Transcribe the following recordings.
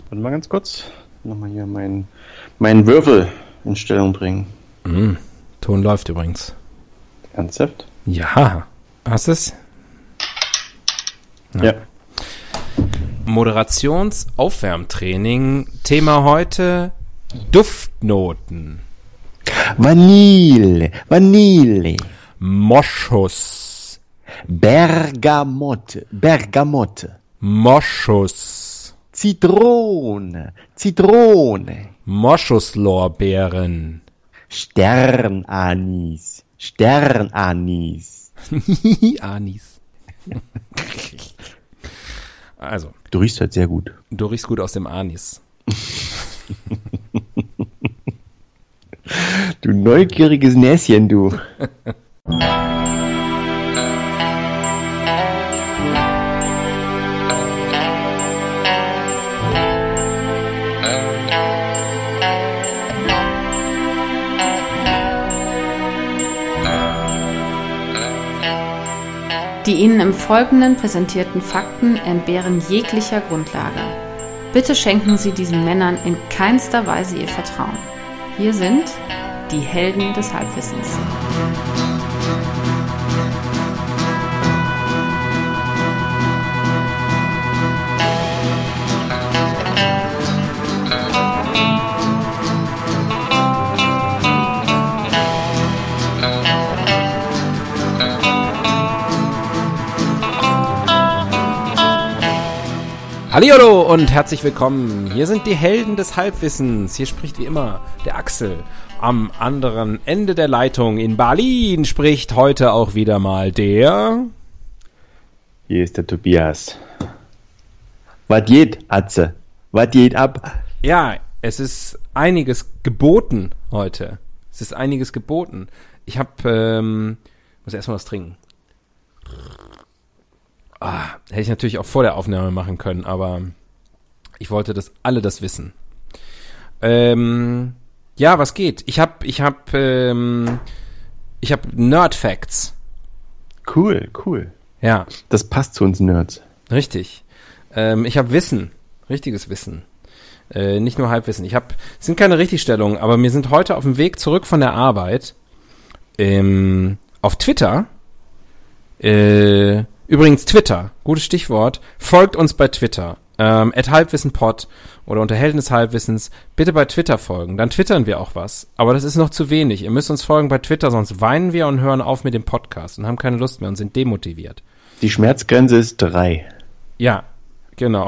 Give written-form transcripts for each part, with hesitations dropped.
Warte mal ganz kurz. Nochmal hier meinen Würfel in Stellung bringen. Ton läuft übrigens. Ernsthaft? Ja. Hast du es? Ja. Moderationsaufwärmtraining. Thema heute Duftnoten. Vanille. Moschus. Bergamotte. Moschus. Zitrone. Moschuslorbeeren. Sternanis. Anis. Also. Du riechst halt sehr gut. Du riechst gut aus dem Anis. Du neugieriges Näschen, du. Die Ihnen im Folgenden präsentierten Fakten entbehren jeglicher Grundlage. Bitte schenken Sie diesen Männern in keinster Weise Ihr Vertrauen. Hier sind die Helden des Halbwissens. Hallihallo und herzlich willkommen. Hier sind die Helden des Halbwissens. Hier spricht wie immer der Axel. Am anderen Ende der Leitung in Berlin spricht heute auch wieder mal der... Hier ist der Tobias. Was geht, Atze? Was geht ab? Ja, es ist einiges geboten heute. Ich muss erstmal was trinken. Hätte ich natürlich auch vor der Aufnahme machen können, aber ich wollte, dass alle das wissen. Ja, was geht? Ich hab Nerd Facts. Cool. Ja. Das passt zu uns Nerds. Richtig. Ich habe Wissen. Richtiges Wissen. Nicht nur Halbwissen. Es sind keine Richtigstellungen, aber wir sind heute auf dem Weg zurück von der Arbeit auf Twitter. Übrigens Twitter, gutes Stichwort, folgt uns bei Twitter, @halbwissenpod oder unter Helden des Halbwissens, bitte bei Twitter folgen, dann twittern wir auch was, aber das ist noch zu wenig, ihr müsst uns folgen bei Twitter, sonst weinen wir und hören auf mit dem Podcast und haben keine Lust mehr und sind demotiviert. Die Schmerzgrenze ist 3. Ja, genau.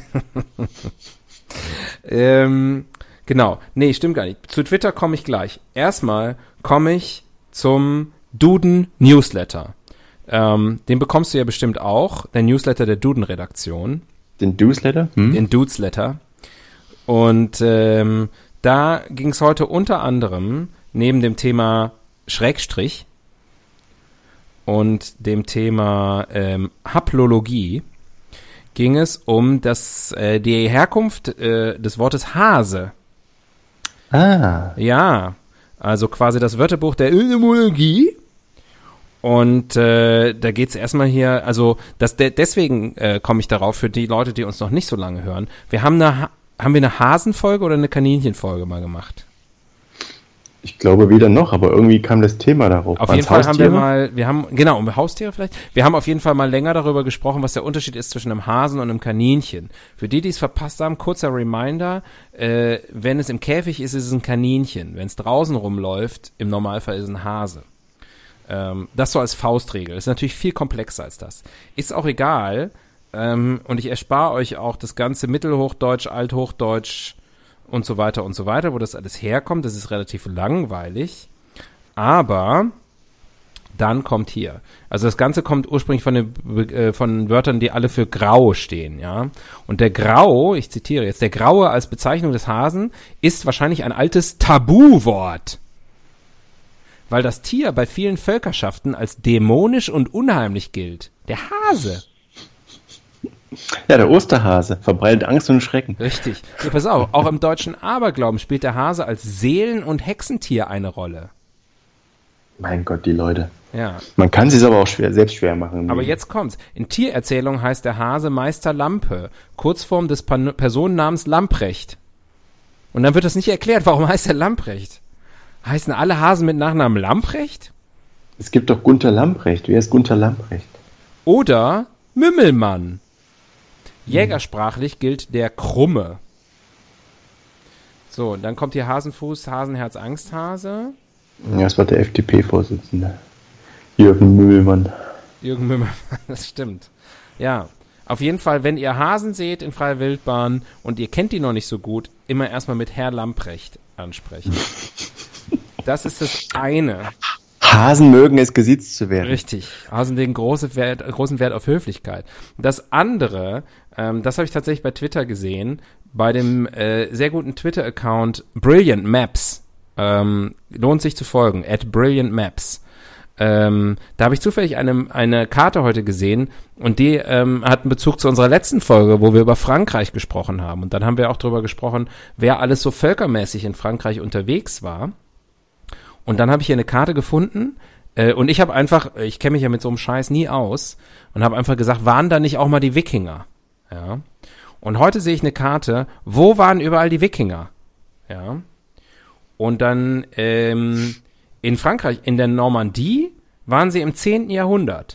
Genau, nee, stimmt gar nicht, zu Twitter komme ich gleich. Erstmal komme ich zum Duden Newsletter. Den bekommst du ja bestimmt auch, der Newsletter der Duden-Redaktion. Den Newsletter? Den Dudesletter. Und da ging es heute unter anderem, neben dem Thema Schrägstrich und dem Thema Haplologie, ging es um die Herkunft des Wortes Hase. Ja, also quasi das Wörterbuch der Etymologie. Und da geht's erstmal hier, also deswegen komme ich darauf, für die Leute, die uns noch nicht so lange hören. Haben wir eine Hasenfolge oder eine Kaninchenfolge mal gemacht? Ich glaube weder noch, aber irgendwie kam das Thema darauf. Auf jeden Fall um Haustiere vielleicht. Wir haben auf jeden Fall mal länger darüber gesprochen, was der Unterschied ist zwischen einem Hasen und einem Kaninchen. Für die es verpasst haben, kurzer Reminder, wenn es im Käfig ist, ist es ein Kaninchen. Wenn es draußen rumläuft, im Normalfall ist es ein Hase. Das so als Faustregel. Das ist natürlich viel komplexer als das. Ist auch egal. Und ich erspare euch auch das ganze Mittelhochdeutsch, Althochdeutsch und so weiter, wo das alles herkommt. Das ist relativ langweilig. Aber dann kommt hier. Also das Ganze kommt ursprünglich von Wörtern, die alle für grau stehen, ja. Und der Grau, ich zitiere jetzt, der Graue als Bezeichnung des Hasen ist wahrscheinlich ein altes Tabuwort. Weil das Tier bei vielen Völkerschaften als dämonisch und unheimlich gilt. Der Hase. Ja, der Osterhase verbreitet Angst und Schrecken. Richtig. Ja, pass auf, auch im deutschen Aberglauben spielt der Hase als Seelen- und Hexentier eine Rolle. Mein Gott, die Leute. Ja. Man kann es sich aber auch selbst schwer machen. Aber jetzt kommt's. In Tiererzählung heißt der Hase Meister Lampe, Kurzform des Personennamens Lamprecht. Und dann wird das nicht erklärt, warum heißt er Lamprecht? Heißen alle Hasen mit Nachnamen Lamprecht? Es gibt doch Gunther Lamprecht. Wer ist Gunther Lamprecht? Oder Mümmelmann. Jägersprachlich gilt der Krumme. So, dann kommt hier Hasenfuß, Hasenherz, Angsthase. Ja, das war der FDP-Vorsitzende. Jürgen Mühlmann. Jürgen Mümmelmann, das stimmt. Ja, auf jeden Fall, wenn ihr Hasen seht in freier Wildbahn und ihr kennt die noch nicht so gut, immer erstmal mit Herr Lamprecht ansprechen. Das ist das eine. Hasen mögen es, gesiezt zu werden. Richtig. Hasen legen großen Wert auf Höflichkeit. Das andere, das habe ich tatsächlich bei Twitter gesehen, bei dem sehr guten Twitter-Account Brilliant Maps. Lohnt sich zu folgen, @BrilliantMaps. Da habe ich zufällig eine Karte heute gesehen und die hat einen Bezug zu unserer letzten Folge, wo wir über Frankreich gesprochen haben. Und dann haben wir auch darüber gesprochen, wer alles so völkermäßig in Frankreich unterwegs war. Und dann habe ich hier eine Karte gefunden und ich kenne mich ja mit so einem Scheiß nie aus und habe einfach gesagt, waren da nicht auch mal die Wikinger? Ja. Und heute sehe ich eine Karte, wo waren überall die Wikinger? Ja. Und dann in Frankreich, in der Normandie, waren sie im 10. Jahrhundert.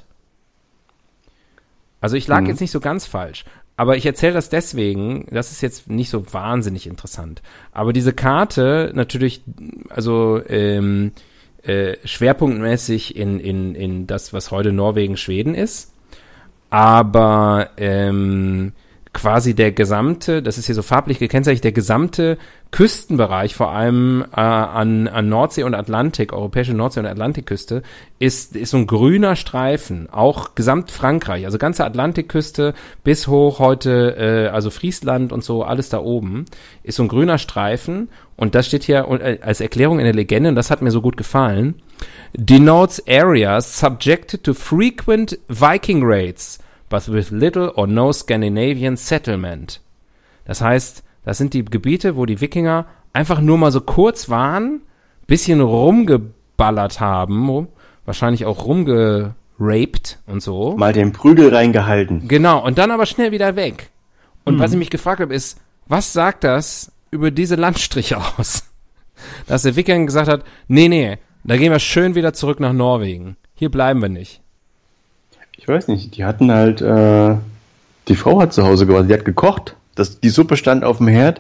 Also ich lag jetzt nicht so ganz falsch. Aber ich erzähle das deswegen, das ist jetzt nicht so wahnsinnig interessant. Aber diese Karte natürlich, also schwerpunktmäßig in das, was heute Norwegen, Schweden ist. Aber quasi der gesamte, das ist hier so farblich gekennzeichnet, der gesamte Küstenbereich, vor allem an Nordsee und Atlantik, europäische Nordsee- und Atlantikküste, ist so ein grüner Streifen, auch gesamt Frankreich, also ganze Atlantikküste bis hoch heute, also Friesland und so, alles da oben, ist so ein grüner Streifen und das steht hier als Erklärung in der Legende, und das hat mir so gut gefallen, denotes areas subjected to frequent Viking raids, but with little or no Scandinavian settlement. Das heißt, das sind die Gebiete, wo die Wikinger einfach nur mal so kurz waren, bisschen rumgeballert haben, wahrscheinlich auch rumgeraped und so. Mal den Prügel reingehalten. Genau, und dann aber schnell wieder weg. Und was ich mich gefragt habe, ist, was sagt das über diese Landstriche aus? Dass der Wikinger gesagt hat, nee, da gehen wir schön wieder zurück nach Norwegen. Hier bleiben wir nicht. Ich weiß nicht, die hatten halt, die Frau hat zu Hause gekocht, die hat gekocht, die Suppe stand auf dem Herd,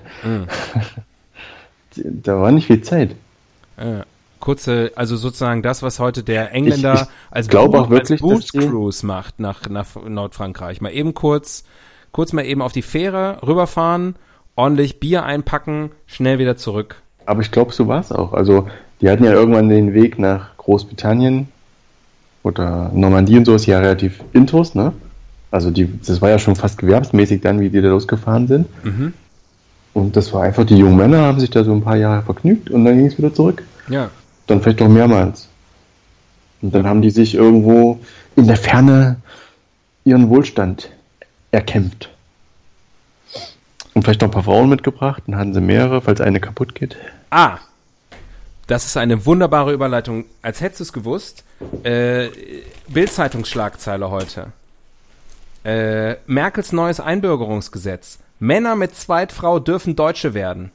da war nicht viel Zeit. Kurze, also sozusagen das, was heute der Engländer als Boost Cruise macht nach Nordfrankreich. Mal eben kurz mal eben auf die Fähre rüberfahren, ordentlich Bier einpacken, schnell wieder zurück. Aber ich glaube, so war es auch. Also die hatten ja irgendwann den Weg nach Großbritannien oder Normandie und so, ist ja relativ intus, ne? Also das war ja schon fast gewerbsmäßig dann, wie die da losgefahren sind. Und das war einfach, die jungen Männer haben sich da so ein paar Jahre vergnügt und dann ging es wieder zurück. Ja. Dann vielleicht noch mehrmals. Und dann haben die sich irgendwo in der Ferne ihren Wohlstand erkämpft. Und vielleicht noch ein paar Frauen mitgebracht, dann hatten sie mehrere, falls eine kaputt geht. Das ist eine wunderbare Überleitung. Als hättest du es gewusst, Bild-Zeitungsschlagzeile heute. Merkels neues Einbürgerungsgesetz. Männer mit Zweitfrau dürfen Deutsche werden.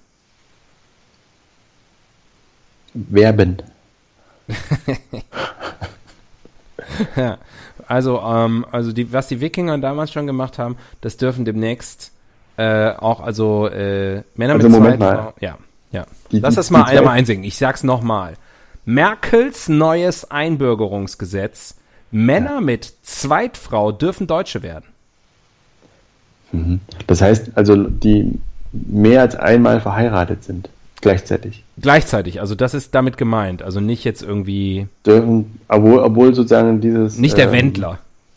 Werben. Ja, also was die Wikinger damals schon gemacht haben, das dürfen demnächst auch, Männer also mit Moment Zweitfrau. mal. Ja. Lass das mal einmal einsingen. Ich sag's nochmal. Merkels neues Einbürgerungsgesetz. Männer mit Zweitfrau dürfen Deutsche werden. Das heißt, also die mehr als einmal verheiratet sind, gleichzeitig. Gleichzeitig, also das ist damit gemeint. Also nicht jetzt irgendwie... Dürfen, obwohl sozusagen dieses... Nicht der Wendler.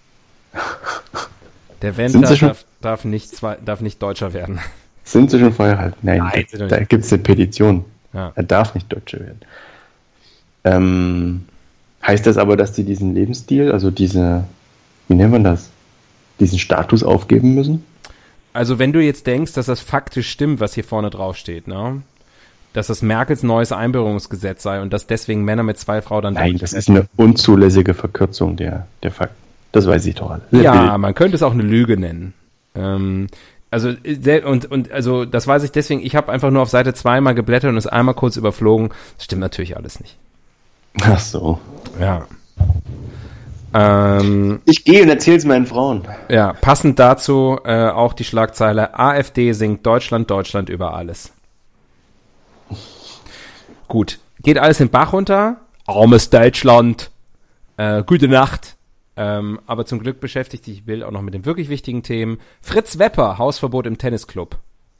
Der Wendler darf nicht Deutscher werden. Sind sie schon verheiratet? Nein, da gibt es eine Petition. Ja. Er darf nicht Deutscher werden. Heißt das aber, dass die diesen Lebensstil, also wie nennt man das, diesen Status aufgeben müssen? Also wenn du jetzt denkst, dass das faktisch stimmt, was hier vorne drauf steht, ne? dass das Merkels neues Einbürgerungsgesetz sei und dass deswegen Männer mit 2 Frauen dann... Nein, das ist eine unzulässige Verkürzung der Fakten. Das weiß ich doch alles. Ja, man könnte es auch eine Lüge nennen. Also das weiß ich deswegen, ich habe einfach nur auf Seite 2 mal geblättert und es einmal kurz überflogen. Das stimmt natürlich alles nicht. Ach so. Ja. Ich gehe und erzähl's meinen Frauen. Ja, passend dazu auch die Schlagzeile: AfD singt Deutschland, Deutschland über alles. Gut, geht alles in den Bach runter. Armes Deutschland. Gute Nacht. Aber zum Glück beschäftigt sich Bild auch noch mit den wirklich wichtigen Themen. Fritz Wepper, Hausverbot im Tennisclub.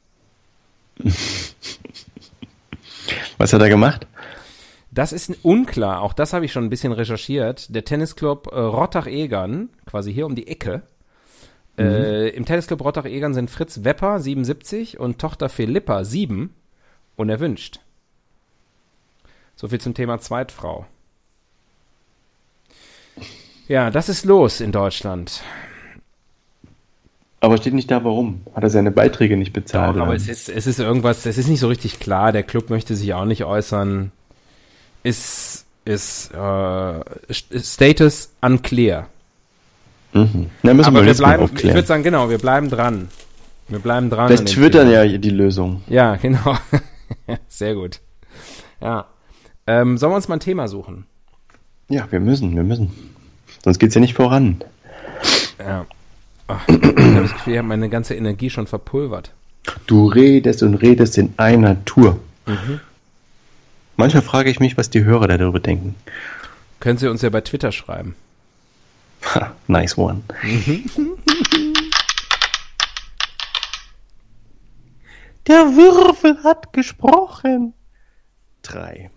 Was hat er gemacht? Das ist unklar, auch das habe ich schon ein bisschen recherchiert. Der Tennisclub Rottach-Egern, quasi hier um die Ecke. Im Tennisclub Rottach-Egern sind Fritz Wepper, 77, und Tochter Philippa, 7, unerwünscht. So viel zum Thema Zweitfrau. Ja, das ist los in Deutschland. Aber steht nicht da, warum? Hat er seine Beiträge nicht bezahlt? Doch, aber es ist irgendwas, es ist nicht so richtig klar. Der Club möchte sich auch nicht äußern. Ist Status unclear. Mhm. Na, müssen aber wir ich aufklären. würde sagen, genau, wir bleiben dran. Wir bleiben dran. Vielleicht twittern ja die Lösung. Ja, genau. Sehr gut. Ja. Sollen wir uns mal ein Thema suchen? Ja, wir müssen. Sonst geht's ja nicht voran. Ja. Ach, ich habe das Gefühl, ich habe meine ganze Energie schon verpulvert. Du redest und redest in einer Tour. Mhm. Manchmal frage ich mich, was die Hörer darüber denken. Können Sie uns ja bei Twitter schreiben. Ha, nice one. Der Würfel hat gesprochen. 3.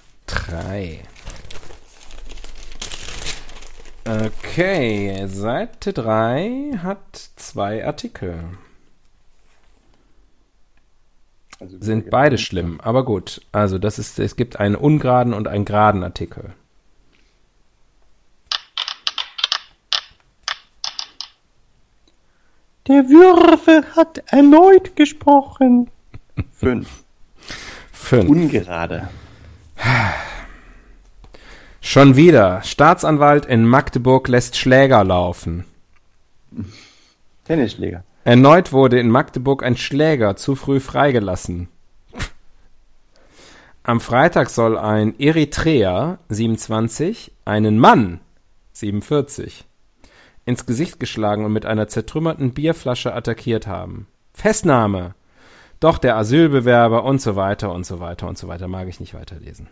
Okay, Seite 3 hat 2 Artikel. Also sind beide schlimm, aber gut. Also es gibt einen ungeraden und einen geraden Artikel. Der Würfel hat erneut gesprochen. 5. Ungerade. Schon wieder. Staatsanwalt in Magdeburg lässt Schläger laufen. Tennisschläger. Erneut wurde in Magdeburg ein Schläger zu früh freigelassen. Am Freitag soll ein Eritreer, 27, einen Mann, 47, ins Gesicht geschlagen und mit einer zertrümmerten Bierflasche attackiert haben. Festnahme. Doch der Asylbewerber und so weiter und so weiter und so weiter. Mag ich nicht weiterlesen.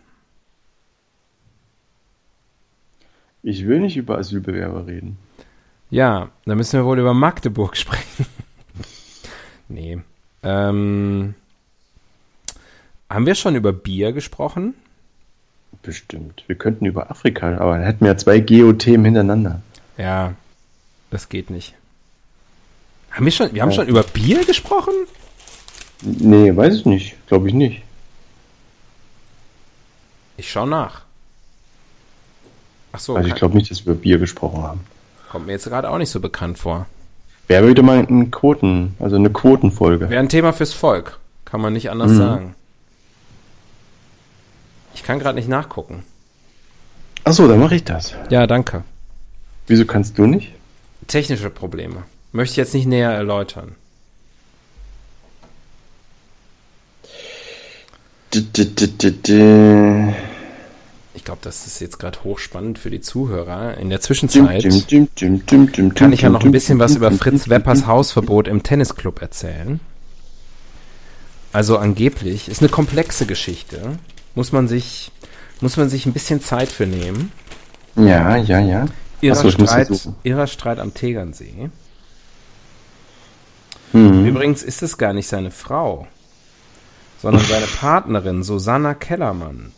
Ich will nicht über Asylbewerber reden. Ja, dann müssen wir wohl über Magdeburg sprechen. Nee. Haben wir schon über Bier gesprochen? Bestimmt. Wir könnten über Afrika, aber dann hätten wir ja 2 Geo-Themen hintereinander. Ja, das geht nicht. Wir haben schon über Bier gesprochen? Nee, weiß ich nicht. Glaube ich nicht. Ich schau nach. Ach so. Also ich glaube nicht, dass wir über Bier gesprochen haben. Kommt mir jetzt gerade auch nicht so bekannt vor. Wäre wieder mal eine Quotenfolge. Wäre ein Thema fürs Volk. Kann man nicht anders sagen. Ich kann gerade nicht nachgucken. Ach so, dann mache ich das. Ja, danke. Wieso kannst du nicht? Technische Probleme. Möchte ich jetzt nicht näher erläutern. Ich glaube, das ist jetzt gerade hochspannend für die Zuhörer. In der Zwischenzeit kann ich ja noch ein bisschen was über Fritz Weppers Hausverbot im Tennisclub erzählen. Also angeblich ist eine komplexe Geschichte. Muss man sich ein bisschen Zeit für nehmen. Ja. Irrer Streit am Tegernsee. Übrigens ist es gar nicht seine Frau, sondern seine Partnerin Susanne Kellermann.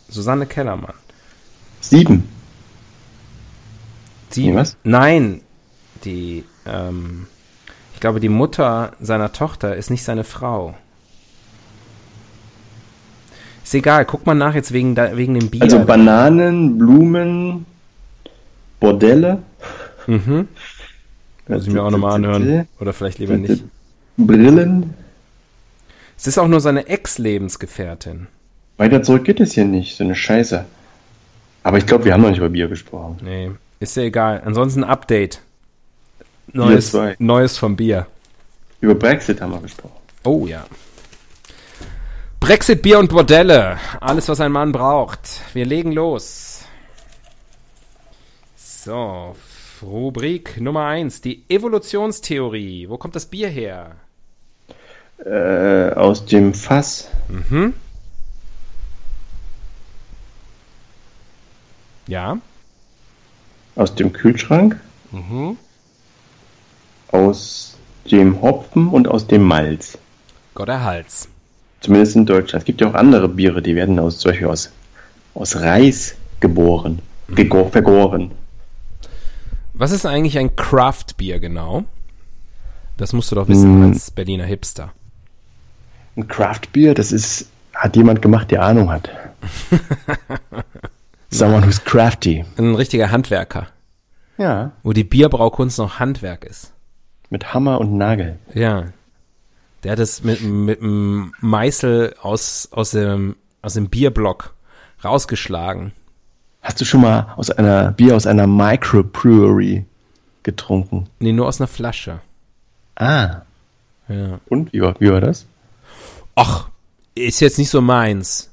7. Nee, was? Nein, ich glaube, die Mutter seiner Tochter ist nicht seine Frau. Ist egal, guck mal nach jetzt wegen dem Bier. Also Bananen, Blumen, Bordelle. Muss ich mir auch nochmal anhören. Oder vielleicht lieber nicht. Brillen. Es ist auch nur seine Ex-Lebensgefährtin. Weiter zurück geht es hier nicht, so eine Scheiße. Aber ich glaube, wir haben noch nicht über Bier gesprochen. Nee, ist ja egal. Ansonsten Update. Bier 2. Neues vom Bier. Über Brexit haben wir gesprochen. Oh ja. Brexit, Bier und Bordelle. Alles, was ein Mann braucht. Wir legen los. So, Rubrik Nummer 1. Die Evolutionstheorie. Wo kommt das Bier her? Aus dem Fass. Mhm. Ja. Aus dem Kühlschrank. Mhm. Aus dem Hopfen und aus dem Malz. Gott der Hals. Zumindest in Deutschland. Es gibt ja auch andere Biere, die werden zum Beispiel aus Reis vergoren. Was ist eigentlich ein Craft-Bier genau? Das musst du doch wissen als Berliner Hipster. Ein Craft-Bier, hat jemand gemacht, der Ahnung hat. Someone who's crafty. Ein richtiger Handwerker. Ja. Wo die Bierbraukunst noch Handwerk ist. Mit Hammer und Nagel. Ja. Der hat es mit einem Meißel aus dem Bierblock rausgeschlagen. Hast du schon mal Bier aus einer Microbrewery getrunken? Nee, nur aus einer Flasche. Ah. Ja. Und? Wie war das? Ach, ist jetzt nicht so meins.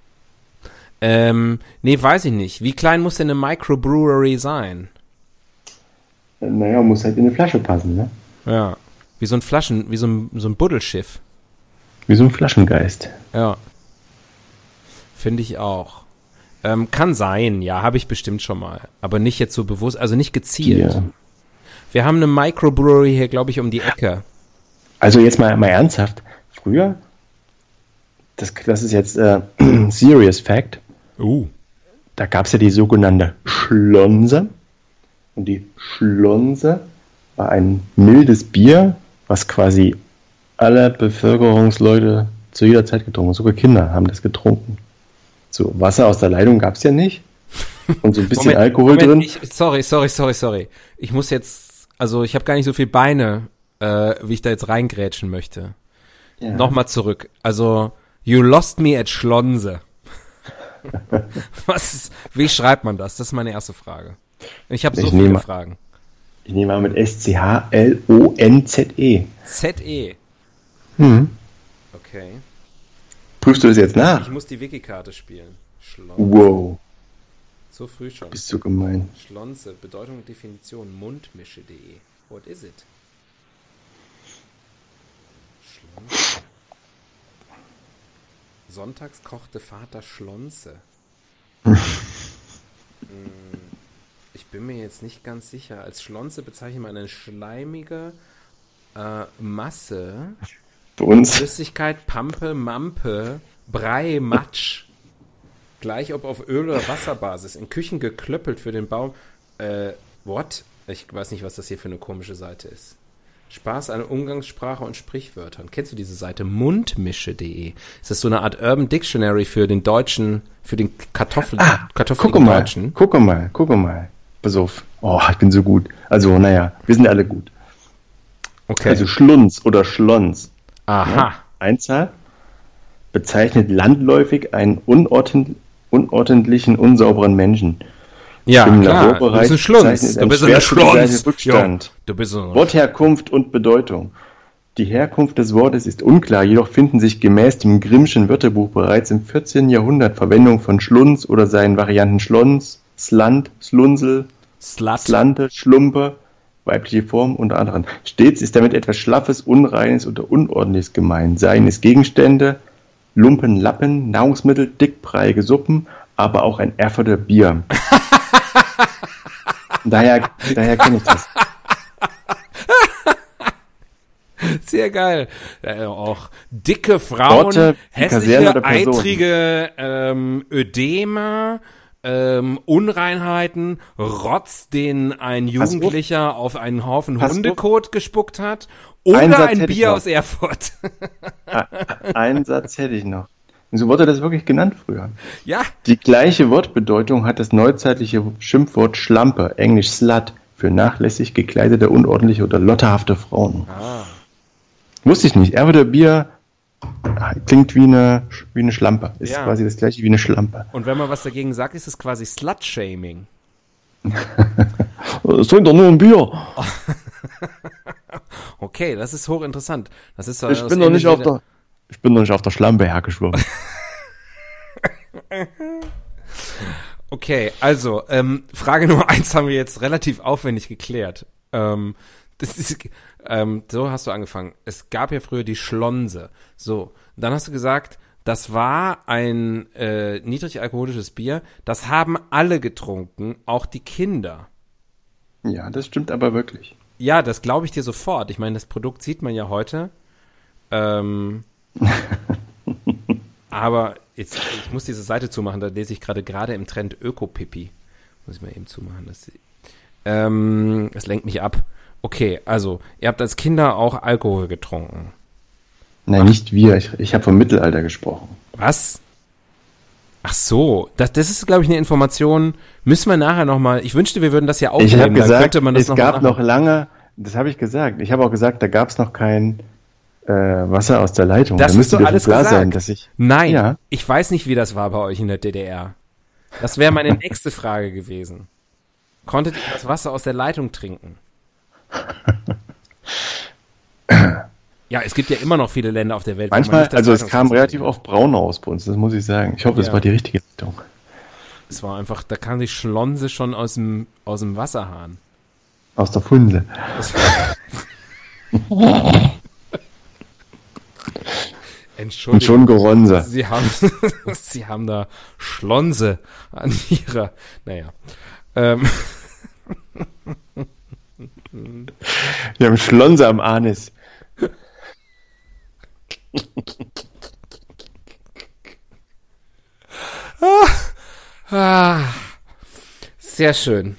Nee, weiß ich nicht. Wie klein muss denn eine Microbrewery sein? Naja, muss halt in eine Flasche passen, ne? Ja. Wie so ein Buddelschiff. Wie so ein Flaschengeist. Ja. Finde ich auch. Kann sein, ja, habe ich bestimmt schon mal. Aber nicht jetzt so bewusst, also nicht gezielt. Ja. Wir haben eine Microbrewery hier, glaube ich, um die Ecke. Also jetzt mal ernsthaft. Früher, das ist jetzt Serious Fact, da gab es ja die sogenannte Schlonse. Und die Schlonse war ein mildes Bier, was quasi alle Bevölkerungsleute zu jeder Zeit getrunken haben. Sogar Kinder haben das getrunken. So, Wasser aus der Leitung gab es ja nicht. Und so ein bisschen Alkohol drin. Sorry. Ich muss jetzt, also ich habe gar nicht so viel Beine, wie ich da jetzt reingrätschen möchte. Ja. Nochmal zurück. Also, you lost me at Schlonse. Wie schreibt man das? Das ist meine erste Frage. Ich habe so viele Fragen. Ich nehme mal mit S-C-H-L-O-N-Z-E. Z-E? Okay. Prüfst du das jetzt nach? Ich muss die Wikikarte spielen. Schlonze. Wow. So früh schon. Bist du gemein. Schlonze, Bedeutung und Definition, mundmische.de. What is it? Schlonze. Sonntags kochte Vater Schlonze. Ich bin mir jetzt nicht ganz sicher. Als Schlonze bezeichnet man eine schleimige Masse. Für uns. Flüssigkeit, Pampe, Mampe, Brei, Matsch. Gleich ob auf Öl- oder Wasserbasis. In Küchen geklöppelt für den Baum. What? Ich weiß nicht, was das hier für eine komische Seite ist. Spaß an Umgangssprache und Sprichwörtern. Kennst du diese Seite? Mundmische.de. Ist das so eine Art Urban Dictionary für den Deutschen, für den kartoffeligen Deutschen? Guck mal. Pass auf. Oh, ich bin so gut. Also, naja, wir sind alle gut. Okay. Also Schlunz oder Schlons. Aha. Ja, Einzahl bezeichnet landläufig einen unordentlichen, unsauberen Menschen. Ja, im klar, du bist ein Schlunz. Du bist ein Schlunz. Du bist ein Wortherkunft und Bedeutung. Die Herkunft des Wortes ist unklar, jedoch finden sich gemäß dem Grimmschen Wörterbuch bereits im 14. Jahrhundert Verwendung von Schlunz oder seinen Varianten Schlons, Slant, Schlunsel, Slante, Schlumpe, weibliche Form unter anderem. Stets ist damit etwas Schlaffes, Unreines oder Unordentliches gemeint. Seien es Gegenstände, Lumpen, Lappen, Nahrungsmittel, dickbreiige Suppen, aber auch ein Erfurter Bier. Daher kenne ich das. Sehr geil. Auch dicke Frauen, Worte, hässliche, eitrige Ödeme, Unreinheiten, Rotz, den ein Jugendlicher auf einen Haufen Hundekot gespuckt hat, oder ein Bier aus Erfurt. Einen Satz hätte ich noch. Und so wurde das wirklich genannt früher. Ja. Die gleiche Wortbedeutung hat das neuzeitliche Schimpfwort Schlampe, englisch Slut, für nachlässig gekleidete, unordentliche oder lotterhafte Frauen. Ah. Wusste ich nicht. Erfurter Bier Klingt wie eine Schlampe. Ist quasi das gleiche wie eine Schlampe. Und wenn man was dagegen sagt, ist es quasi Slut-Shaming. Es trinkt doch nur ein Bier. Okay, das ist hochinteressant. Das ist ich bin noch nicht auf der Schlampe hergeschwommen. Okay, also, Frage Nummer 1 haben wir jetzt relativ aufwendig geklärt. So hast du angefangen. Es gab ja früher die Schlonse. So, dann hast du gesagt, das war ein niedrig alkoholisches Bier. Das haben alle getrunken, auch die Kinder. Ja, das stimmt aber wirklich. Ja, das glaube ich dir sofort. Ich meine, das Produkt sieht man ja heute. Aber jetzt, ich muss diese Seite zumachen, da lese ich gerade im Trend Öko-Pipi. Muss ich mal eben zumachen. Das lenkt mich ab. Okay, also, ihr habt als Kinder auch Alkohol getrunken. Nein, nicht wir. Ich habe vom Mittelalter gesprochen. Was? Ach so, das ist, glaube ich, eine Information, müssen wir nachher nochmal, ich wünschte, wir würden das ja aufnehmen. Ich habe gesagt, könnte man das es gab noch lange, das habe ich gesagt. Ich habe auch gesagt, da gab es noch kein Wasser aus der Leitung. Das da müsste du alles klar gesagt. sein, dass ich... Nein, ich weiß nicht, wie das war bei euch in der DDR. Das wäre meine nächste Frage gewesen. Konntet ihr das Wasser aus der Leitung trinken? Ja, es gibt ja immer noch viele Länder auf der Welt. Manchmal, also es kam relativ oft braun raus bei uns, das muss ich sagen. Ich hoffe, das war die richtige Richtung. Es war einfach, da kam die Schlonse schon aus dem Wasserhahn. Aus der Funse. Entschuldigung. Und schon Geronse. Sie haben da Schlonse an ihrer, naja. Wir haben Schlonse am Anis. Sehr schön.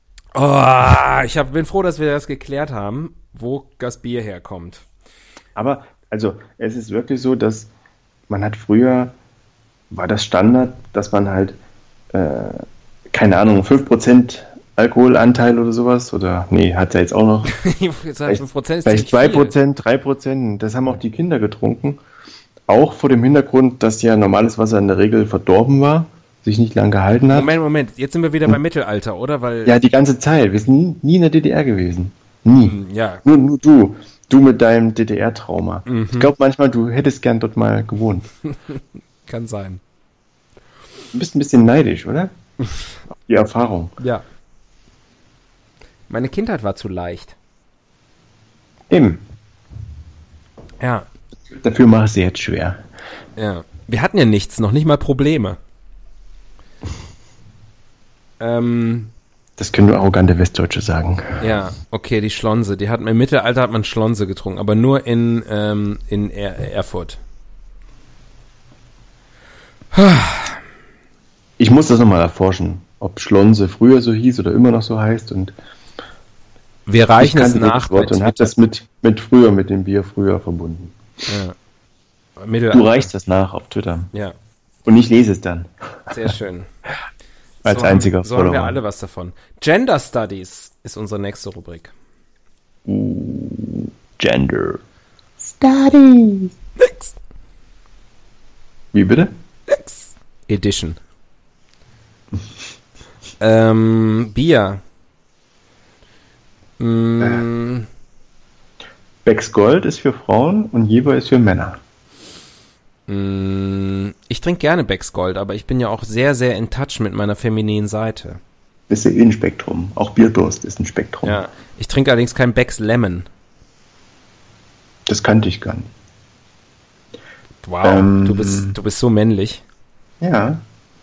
Bin froh, dass wir das geklärt haben, wo das Bier herkommt. Aber, also, es ist wirklich so, dass man hat früher, war das Standard, dass man halt, keine Ahnung, 5% Alkoholanteil oder sowas, oder, nee, hat er jetzt auch noch. Vielleicht 2%, 3%, das haben auch die Kinder getrunken. Auch vor dem Hintergrund, dass ja normales Wasser in der Regel verdorben war, sich nicht lang gehalten hat. Moment, jetzt sind wir wieder beim Mittelalter, oder? Weil ja, die ganze Zeit. Wir sind nie in der DDR gewesen. Nie. Ja. Nur du. Du mit deinem DDR-Trauma. Mhm. Ich glaube manchmal, du hättest gern dort mal gewohnt. Kann sein. Du bist ein bisschen neidisch, oder? Auf die Erfahrung. Ja. Meine Kindheit war zu leicht. Eben. Ja. Dafür mach ich sie jetzt schwer. Ja. Wir hatten ja nichts, noch nicht mal Probleme. Das können nur arrogante Westdeutsche sagen. Ja, okay, die Schlonse. Im Mittelalter hat man Schlonse getrunken, aber nur in Erfurt. Ich muss das nochmal erforschen, ob Schlonse früher so hieß oder immer noch so heißt. Und wir reichen es nach. Und habe das mit dem Bier früher verbunden. Ja. Du reichst das nach auf Twitter. Ja. Und ich lese es dann. Sehr schön. Als einziger Follower. So haben wir alle was davon. Gender Studies ist unsere nächste Rubrik. Gender Studies. Nix. Wie bitte? Nix. Edition. Bier. Becks Gold ist für Frauen und Jever ist für Männer. Ich trinke gerne Becks Gold, aber ich bin ja auch sehr, sehr in touch mit meiner femininen Seite. Das ist ja eh ein Spektrum. Auch Bierdurst ist ein Spektrum. Ja, ich trinke allerdings kein Becks Lemon. Das kannte ich gar nicht. Wow, du bist so männlich. Ja.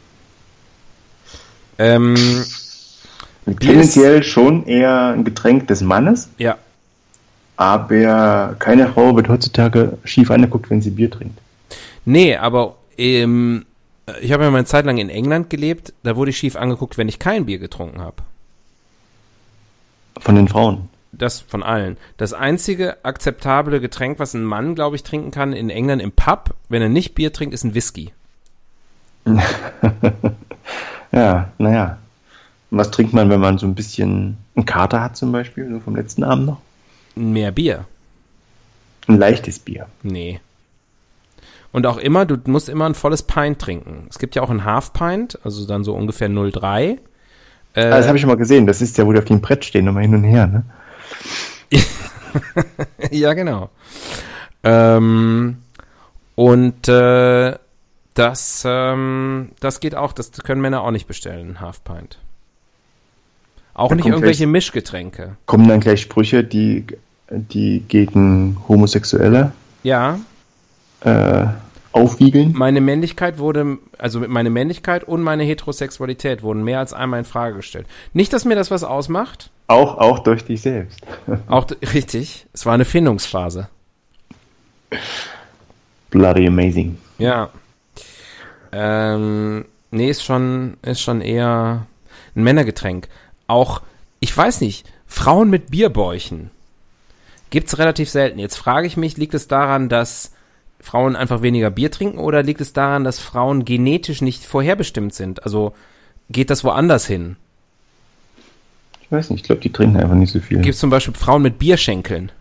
Tendenziell schon eher ein Getränk des Mannes. Ja. Aber keine Frau wird heutzutage schief angeguckt, wenn sie Bier trinkt. Nee, aber ich habe ja mal eine Zeit lang in England gelebt, da wurde ich schief angeguckt, wenn ich kein Bier getrunken habe. Von den Frauen? Das von allen. Das einzige akzeptable Getränk, was ein Mann, glaube ich, trinken kann in England im Pub, wenn er nicht Bier trinkt, ist ein Whisky. Ja, naja. Was trinkt man, wenn man so ein bisschen einen Kater hat zum Beispiel, so vom letzten Abend noch? Mehr Bier. Ein leichtes Bier. Nee. Und auch immer, du musst immer ein volles Pint trinken. Es gibt ja auch ein Half Pint, also dann so ungefähr 0,3. Das habe ich schon mal gesehen. Das ist ja, wo die auf dem Brett stehen, nochmal hin und her, ne? Ja, genau. Das geht auch, das können Männer auch nicht bestellen, ein Half Pint. Auch Da nicht kommt irgendwelche gleich- Mischgetränke. Kommen dann gleich Sprüche, die gegen Homosexuelle Ja, aufwiegeln? meine Männlichkeit meine Männlichkeit und meine Heterosexualität wurden mehr als einmal in Frage gestellt. Nicht, dass mir das was ausmacht. Auch durch dich selbst. Richtig, es war eine Findungsphase. Bloody amazing. Ja. Nee, ist schon eher ein Männergetränk. Auch, ich weiß nicht, Frauen mit Bierbäuchen gibt's relativ selten. Jetzt frage ich mich, liegt es daran, dass Frauen einfach weniger Bier trinken oder liegt es daran, dass Frauen genetisch nicht vorherbestimmt sind? Also geht das woanders hin? Ich weiß nicht, ich glaube, die trinken einfach nicht so viel. Gibt es zum Beispiel Frauen mit Bierschenkeln?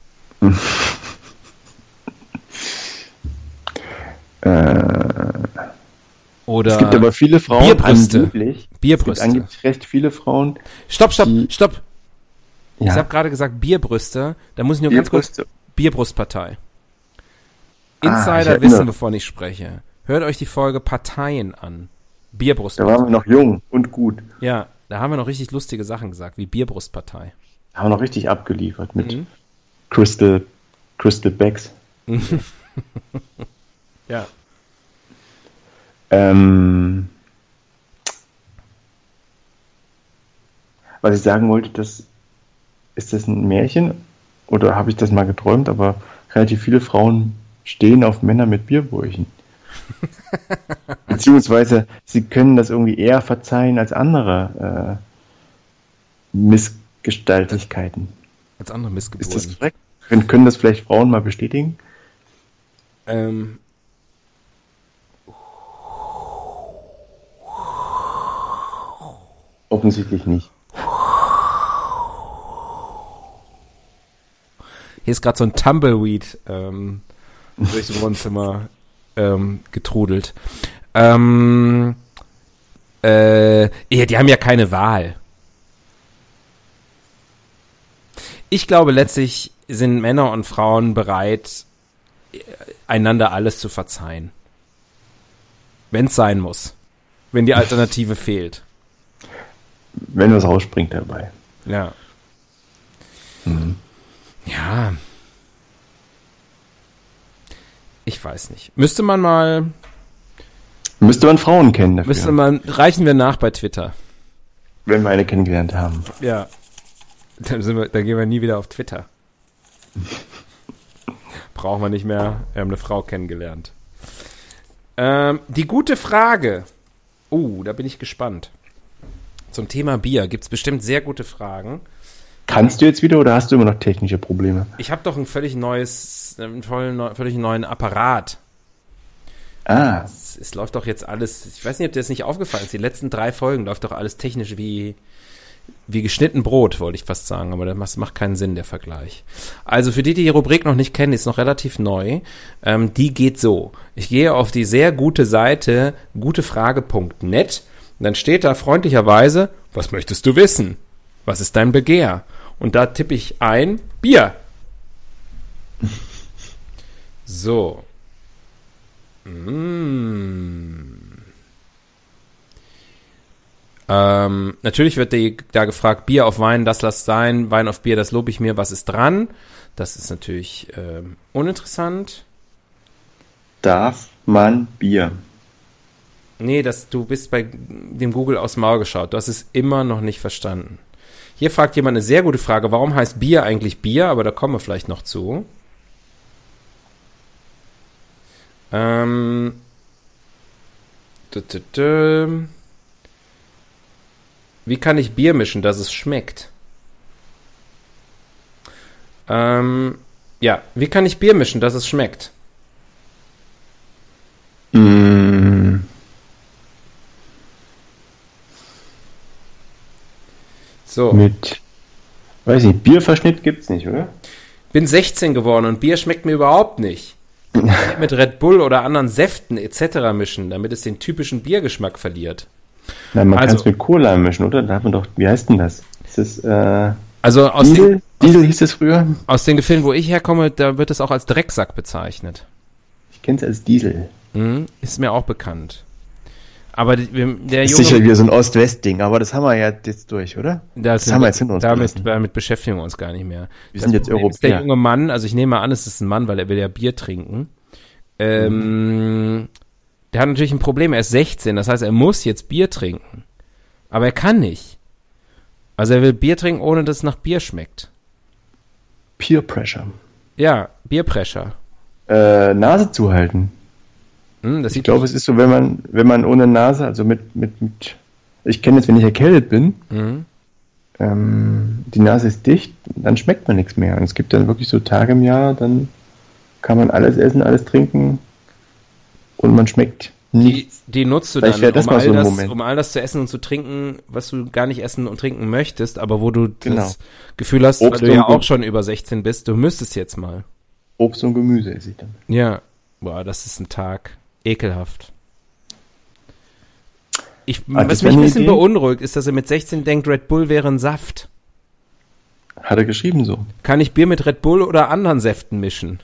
Oder Es gibt aber viele Frauen, Bierbrüste. angeblich, Bierbrüste. Es gibt angeblich recht viele Frauen, Stopp. die- Ich ja, habe gerade gesagt Bierbrüste. Da muss ich nur ganz kurz... Bierbrüste. Bierbrustpartei. ich Insider erinnere. wissen, wovon ich spreche. Hört euch die Folge Parteien an. Da Bierbrustpartei. waren wir noch jung und gut. Ja, da haben wir noch richtig lustige Sachen gesagt, wie Bierbrustpartei. Haben wir noch richtig abgeliefert mit Mhm. Crystal Becks. Ja. Was ich sagen wollte, ist das ein Märchen oder habe ich das mal geträumt, aber relativ viele Frauen stehen auf Männer mit Bierbäuchen. Beziehungsweise sie können das irgendwie eher verzeihen als andere Missgestaltigkeiten. Als andere Ist das Missgeburten. korrekt? Können das vielleicht Frauen mal bestätigen? Offensichtlich nicht. Hier ist gerade so ein Tumbleweed durchs Wohnzimmer getrudelt. Ja, die haben ja keine Wahl. Ich glaube, letztlich sind Männer und Frauen bereit, einander alles zu verzeihen. Wenn es sein muss. Wenn die Alternative fehlt. Wenn was rausspringt dabei. Ja. Ja. Ich weiß nicht. Müsste man Frauen kennen dafür, reichen wir nach bei Twitter. wenn wir eine kennengelernt haben. Ja. Dann gehen wir nie wieder auf Twitter. Brauchen wir nicht mehr. Wir haben eine Frau kennengelernt. Die gute Frage. Da bin ich gespannt. Zum Thema Bier gibt es bestimmt sehr gute Fragen. Kannst du jetzt wieder oder hast du immer noch technische Probleme? Ich habe doch einen völlig neuen Apparat. Es läuft doch jetzt alles, ich weiß nicht, ob dir das nicht aufgefallen ist, die letzten 3 Folgen läuft doch alles technisch wie geschnitten Brot, wollte ich fast sagen, aber das macht keinen Sinn, der Vergleich. Also für die Rubrik noch nicht kennen, die ist noch relativ neu, die geht so. Ich gehe auf die sehr gute Seite gutefrage.net und dann steht da freundlicherweise, was möchtest du wissen? Was ist dein Begehr? Und da tippe ich ein, Bier. So. Natürlich wird da gefragt, Bier auf Wein, das lass sein, Wein auf Bier, das lobe ich mir, was ist dran? Das ist natürlich uninteressant. Darf man Bier? Nee, du bist bei dem Google aus dem Maul geschaut. Du hast es immer noch nicht verstanden. Hier fragt jemand eine sehr gute Frage. Warum heißt Bier eigentlich Bier? Aber da kommen wir vielleicht noch zu. Wie kann ich Bier mischen, dass es schmeckt? Ja, wie kann ich Bier mischen, dass es schmeckt? So. Weiß nicht, Bierverschnitt gibt's nicht, oder? Bin 16 geworden und Bier schmeckt mir überhaupt nicht. mit Red Bull oder anderen Säften etc. mischen, damit es den typischen Biergeschmack verliert. Nein, man kann es mit Cola mischen, oder? Da hat man doch, wie heißt denn das? Ist das, also aus Diesel hieß es früher? Aus den Gefilden, wo ich herkomme, da wird es auch als Drecksack bezeichnet. Ich kenne es als Diesel. Ist mir auch bekannt. Aber der Junge... Ist sicher wieder so ein Ost-West-Ding, aber das haben wir ja jetzt durch, oder? Das haben wir jetzt hinter uns gelassen. Damit beschäftigen wir uns gar nicht mehr. Wir sind jetzt Europäer. Ist der junge Mann, also ich nehme mal an, es ist ein Mann, weil er will ja Bier trinken. Der hat natürlich ein Problem, er ist 16, das heißt, er muss jetzt Bier trinken. Aber er kann nicht. Also er will Bier trinken, ohne dass es nach Bier schmeckt. Peer Pressure. Ja, Beer Pressure. Nase zuhalten. Ich glaube, es ist so, wenn man ohne Nase, also mit ich kenne es, wenn ich erkältet bin, die Nase ist dicht, dann schmeckt man nichts mehr. Und es gibt dann wirklich so Tage im Jahr, dann kann man alles essen, alles trinken und man schmeckt nichts. Die nutzt du vielleicht dann, um all das zu essen und zu trinken, was du gar nicht essen und trinken möchtest, aber wo du das Gefühl hast, weil du ja auch schon über 16 bist, du müsstest jetzt mal. Obst und Gemüse esse ich dann. Ja, boah, das ist ein Tag. Ekelhaft. Was mich ein bisschen beunruhigt, ist, dass er mit 16 denkt, Red Bull wäre ein Saft. Hat er geschrieben so. Kann ich Bier mit Red Bull oder anderen Säften mischen?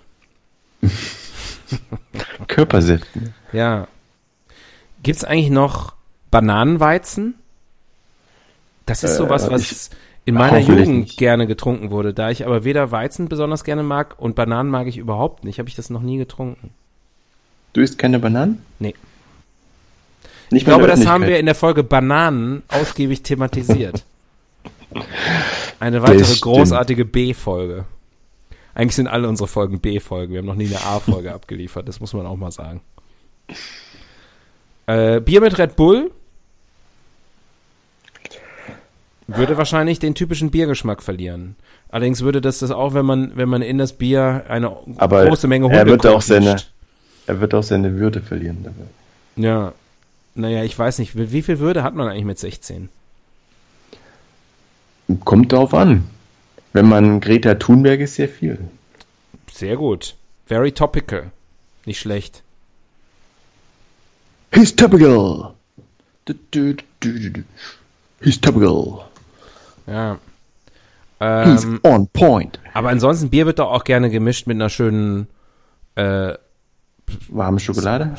Körpersäften. Ja. Gibt's eigentlich noch Bananenweizen? Das ist sowas, was in meiner Jugend gerne getrunken wurde. Da ich aber weder Weizen besonders gerne mag und Bananen mag ich überhaupt nicht, habe ich das noch nie getrunken. Du isst keine Bananen? Nee. Ich glaube, das haben wir in der Folge Bananen ausgiebig thematisiert. Eine weitere großartige B-Folge. Eigentlich sind alle unsere Folgen B-Folgen. Wir haben noch nie eine A-Folge abgeliefert. Das muss man auch mal sagen. Bier mit Red Bull würde wahrscheinlich den typischen Biergeschmack verlieren. Allerdings würde das auch, wenn man in das Bier eine große Menge Hundekohl mischt. Er wird auch seine Würde verlieren dabei. Ja. Naja, ich weiß nicht. Wie viel Würde hat man eigentlich mit 16? Kommt darauf an. Wenn man Greta Thunberg ist, sehr viel. Sehr gut. Very topical. Nicht schlecht. He's topical. He's topical. Ja. He's on point. Aber ansonsten, Bier wird doch auch gerne gemischt mit einer schönen warme Schokolade?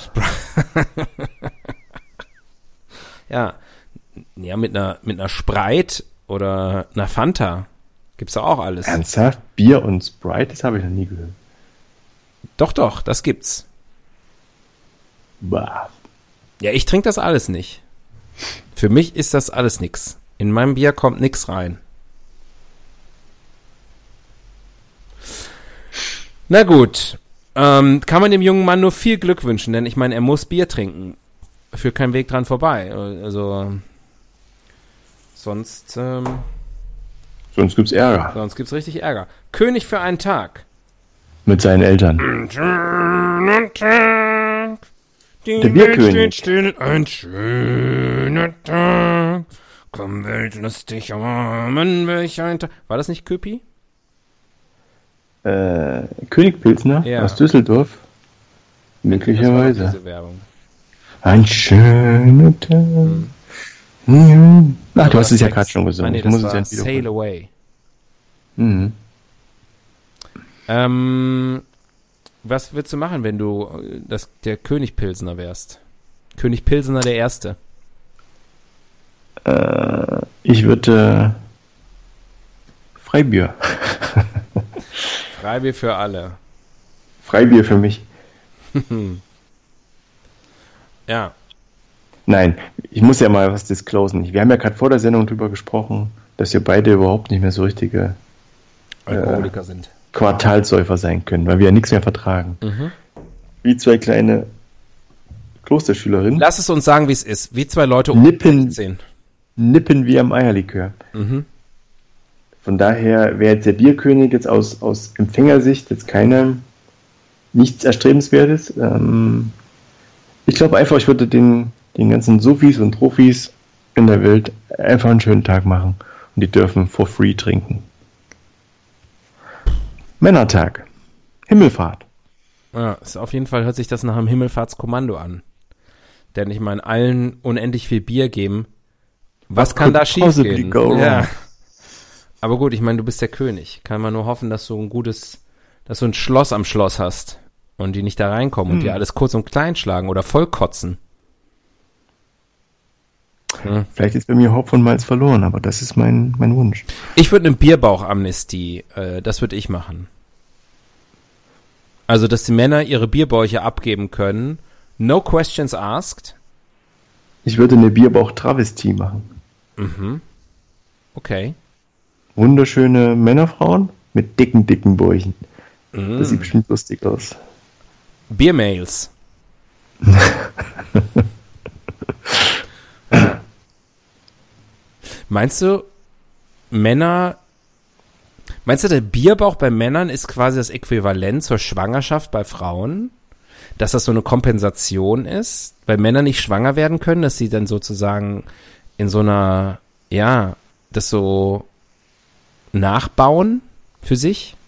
Ja, mit einer Sprite oder einer Fanta gibt's da auch alles. Ernsthaft? Bier und Sprite? Das habe ich noch nie gehört. Doch, das gibt's. Bah. Ja, ich trinke das alles nicht. Für mich ist das alles nix. In meinem Bier kommt nix rein. Na gut. Kann man dem jungen Mann nur viel Glück wünschen, denn ich meine, er muss Bier trinken. Führt kein Weg dran vorbei. Also sonst gibt's Ärger. Sonst gibt's richtig Ärger. König für einen Tag. Mit seinen Eltern. Der Bierkönig. Ein schöner Tag. Komm, Welt, lass dich umarmen, welch ein Tag. War das nicht Köpi? König Pilsner aus Düsseldorf. Möglicherweise. Diese Werbung. Ein schöner Tag. Ach, du hast es ja gerade schon gesungen. Nee, das war Sail Away. Was würdest du machen, wenn du der König Pilsner wärst? König Pilsner der Erste. Ich würde Freibier. Freibier für alle. Freibier für mich. Ja. Nein, ich muss ja mal was disclosen. Wir haben ja gerade vor der Sendung drüber gesprochen, dass wir beide überhaupt nicht mehr so richtige Alkoholiker sind. Quartalsäufer sein können, weil wir ja nichts mehr vertragen. Wie zwei kleine Klosterschülerinnen. Lass es uns sagen, wie es ist. Wie zwei Leute um 16. Nippen wie am Eierlikör. Von daher wäre jetzt der Bierkönig jetzt aus Empfängersicht jetzt nichts Erstrebenswertes. Ich glaube einfach, ich würde den ganzen Sofis und Profis in der Welt einfach einen schönen Tag machen und die dürfen for free trinken. Männertag. Himmelfahrt. Ja, ist auf jeden Fall hört sich das nach einem Himmelfahrtskommando an. Denn ich meine, allen unendlich viel Bier geben. Was kann da schiefgehen? Ja. Aber gut, ich meine, du bist der König. Kann man nur hoffen, dass du ein Schloss am Schloss hast und die nicht da reinkommen und dir alles kurz und klein schlagen oder vollkotzen. Hm. Vielleicht ist bei mir Hopf und Malz verloren, aber das ist mein Wunsch. Ich würde eine Bierbauchamnestie, das würde ich machen. Also, dass die Männer ihre Bierbäuche abgeben können. No questions asked. Ich würde eine Bierbauch-Travestie machen. Mhm. Okay. Wunderschöne Männerfrauen mit dicken Bäuchen. Das sieht bestimmt lustig aus. Biermails. Meinst du, der Bierbauch bei Männern ist quasi das Äquivalent zur Schwangerschaft bei Frauen? Dass das so eine Kompensation ist, weil Männer nicht schwanger werden können, dass sie dann sozusagen in so einer, ja, das so nachbauen für sich?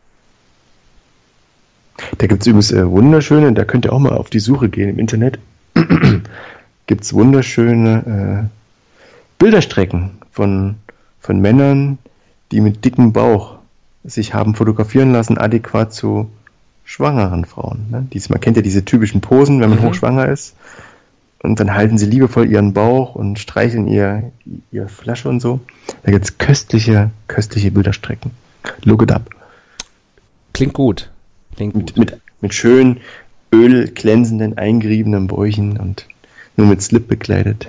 Da gibt es übrigens wunderschöne, da könnt ihr auch mal auf die Suche gehen im Internet. Gibt es wunderschöne Bilderstrecken von Männern, die mit dickem Bauch sich haben fotografieren lassen, adäquat zu schwangeren Frauen. Ne? Man kennt ja diese typischen Posen, wenn man hochschwanger ist. Und dann halten sie liebevoll ihren Bauch und streicheln ihre Flasche und so. Da gibt es köstliche Bilderstrecken. Look it up. Klingt gut. Mit schön ölglänzenden, eingeriebenen Bäuchen und nur mit Slip bekleidet.